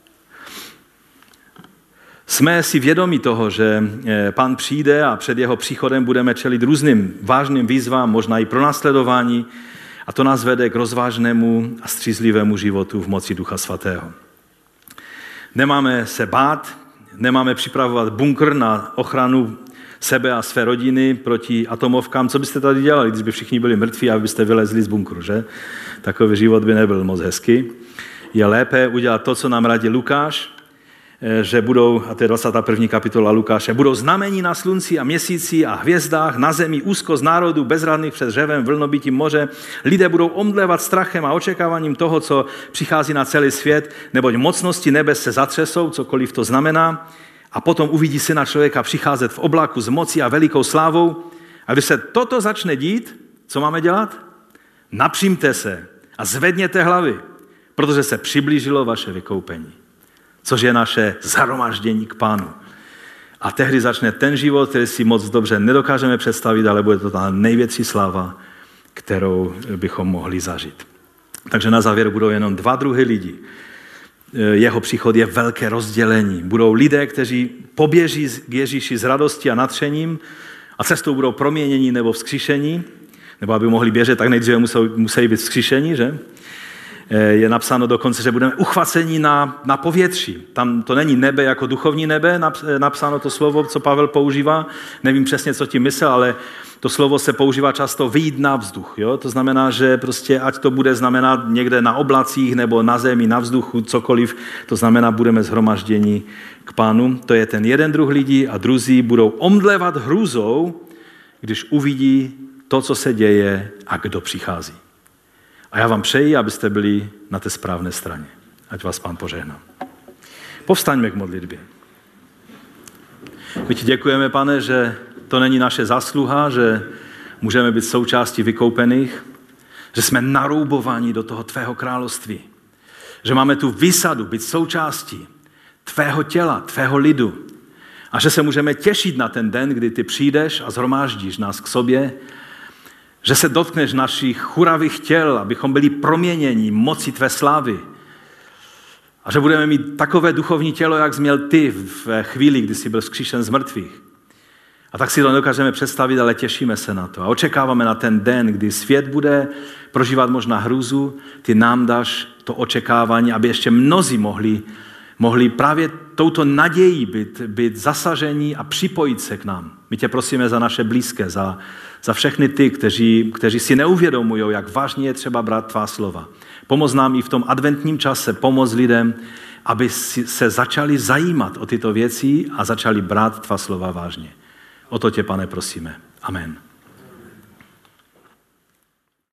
Speaker 1: Jsme si vědomi toho, že Pán přijde a před jeho příchodem budeme čelit různým vážným výzvám, možná i pronásledování, a to nás vede k rozvážnému a střízlivému životu v moci Ducha Svatého. Nemáme se bát, nemáme připravovat bunkr na ochranu sebe a své rodiny proti atomovkám. Co byste tady dělali, když by všichni byli mrtví a byste vylezli z bunkru, že? Takový život by nebyl moc hezký. Je lépe udělat to, co nám radí Lukáš, že budou, a to je dvacátá první kapitola Lukáše, budou znamení na slunci a měsíci a hvězdách, na zemi úzkost národů, bezradných před řevem, vlnobitím moře. Lidé budou omdlévat strachem a očekáváním toho, co přichází na celý svět, neboť mocnosti nebes se zatřesou, cokoliv to znamená, a potom uvidí Syna člověka přicházet v oblaku s mocí a velikou slávou. A když se toto začne dít, co máme dělat? Napřímte se a zvedněte hlavy, protože se přiblížilo vaše vykoupení, což je naše shromáždění k Pánu. A tehdy začne ten život, který si moc dobře nedokážeme představit, ale bude to ta největší sláva, kterou bychom mohli zažít. Takže na závěr budou jenom dva druhy lidí. Jeho příchod je velké rozdělení. Budou lidé, kteří poběží k Ježíši s radostí a nadšením a cestou budou proměnění nebo vzkříšení, nebo aby mohli běžet, tak nejdříve musí, musí být vzkříšení, že? Je napsáno dokonce, že budeme uchvaceni na, na povětří. Tam to není nebe jako duchovní nebe, napsáno to slovo, co Pavel používá. Nevím přesně, co tím myslel, ale to slovo se používá často vyjít na vzduch. Jo? To znamená, že prostě ať to bude znamenat někde na oblacích nebo na zemi, na vzduchu, cokoliv, to znamená, budeme shromažděni k Pánu. To je ten jeden druh lidí a druzí budou omdlévat hrůzou, když uvidí to, co se děje a kdo přichází. A já vám přeji, abyste byli na té správné straně. Ať vás Pán požehná. Povstaňme k modlitbě. My ti děkujeme, Pane, že to není naše zásluha, že můžeme být součástí vykoupených, že jsme naroubováni do toho tvého království, že máme tu výsadu být součástí tvého těla, tvého lidu a že se můžeme těšit na ten den, kdy ty přijdeš a shromáždíš nás k sobě, že se dotkneš našich churavých těl, abychom byli proměněni moci tvé slávy. A že budeme mít takové duchovní tělo, jak jsi měl ty v chvíli, kdy jsi byl vzkříšen z mrtvých. A tak si to nedokážeme představit, ale těšíme se na to. A očekáváme na ten den, kdy svět bude prožívat možná hrůzu, ty nám dáš to očekávání, aby ještě mnozí mohli, mohli právě touto nadějí být, být zasažení a připojit se k nám. My tě prosíme za naše blízké, za, za všechny ty, kteří, kteří si neuvědomují, jak vážně je třeba brát tvá slova. Pomoz nám i v tom adventním čase, pomoz lidem, aby se začali zajímat o tyto věci a začali brát tvá slova vážně. O to tě, Pane, prosíme. Amen.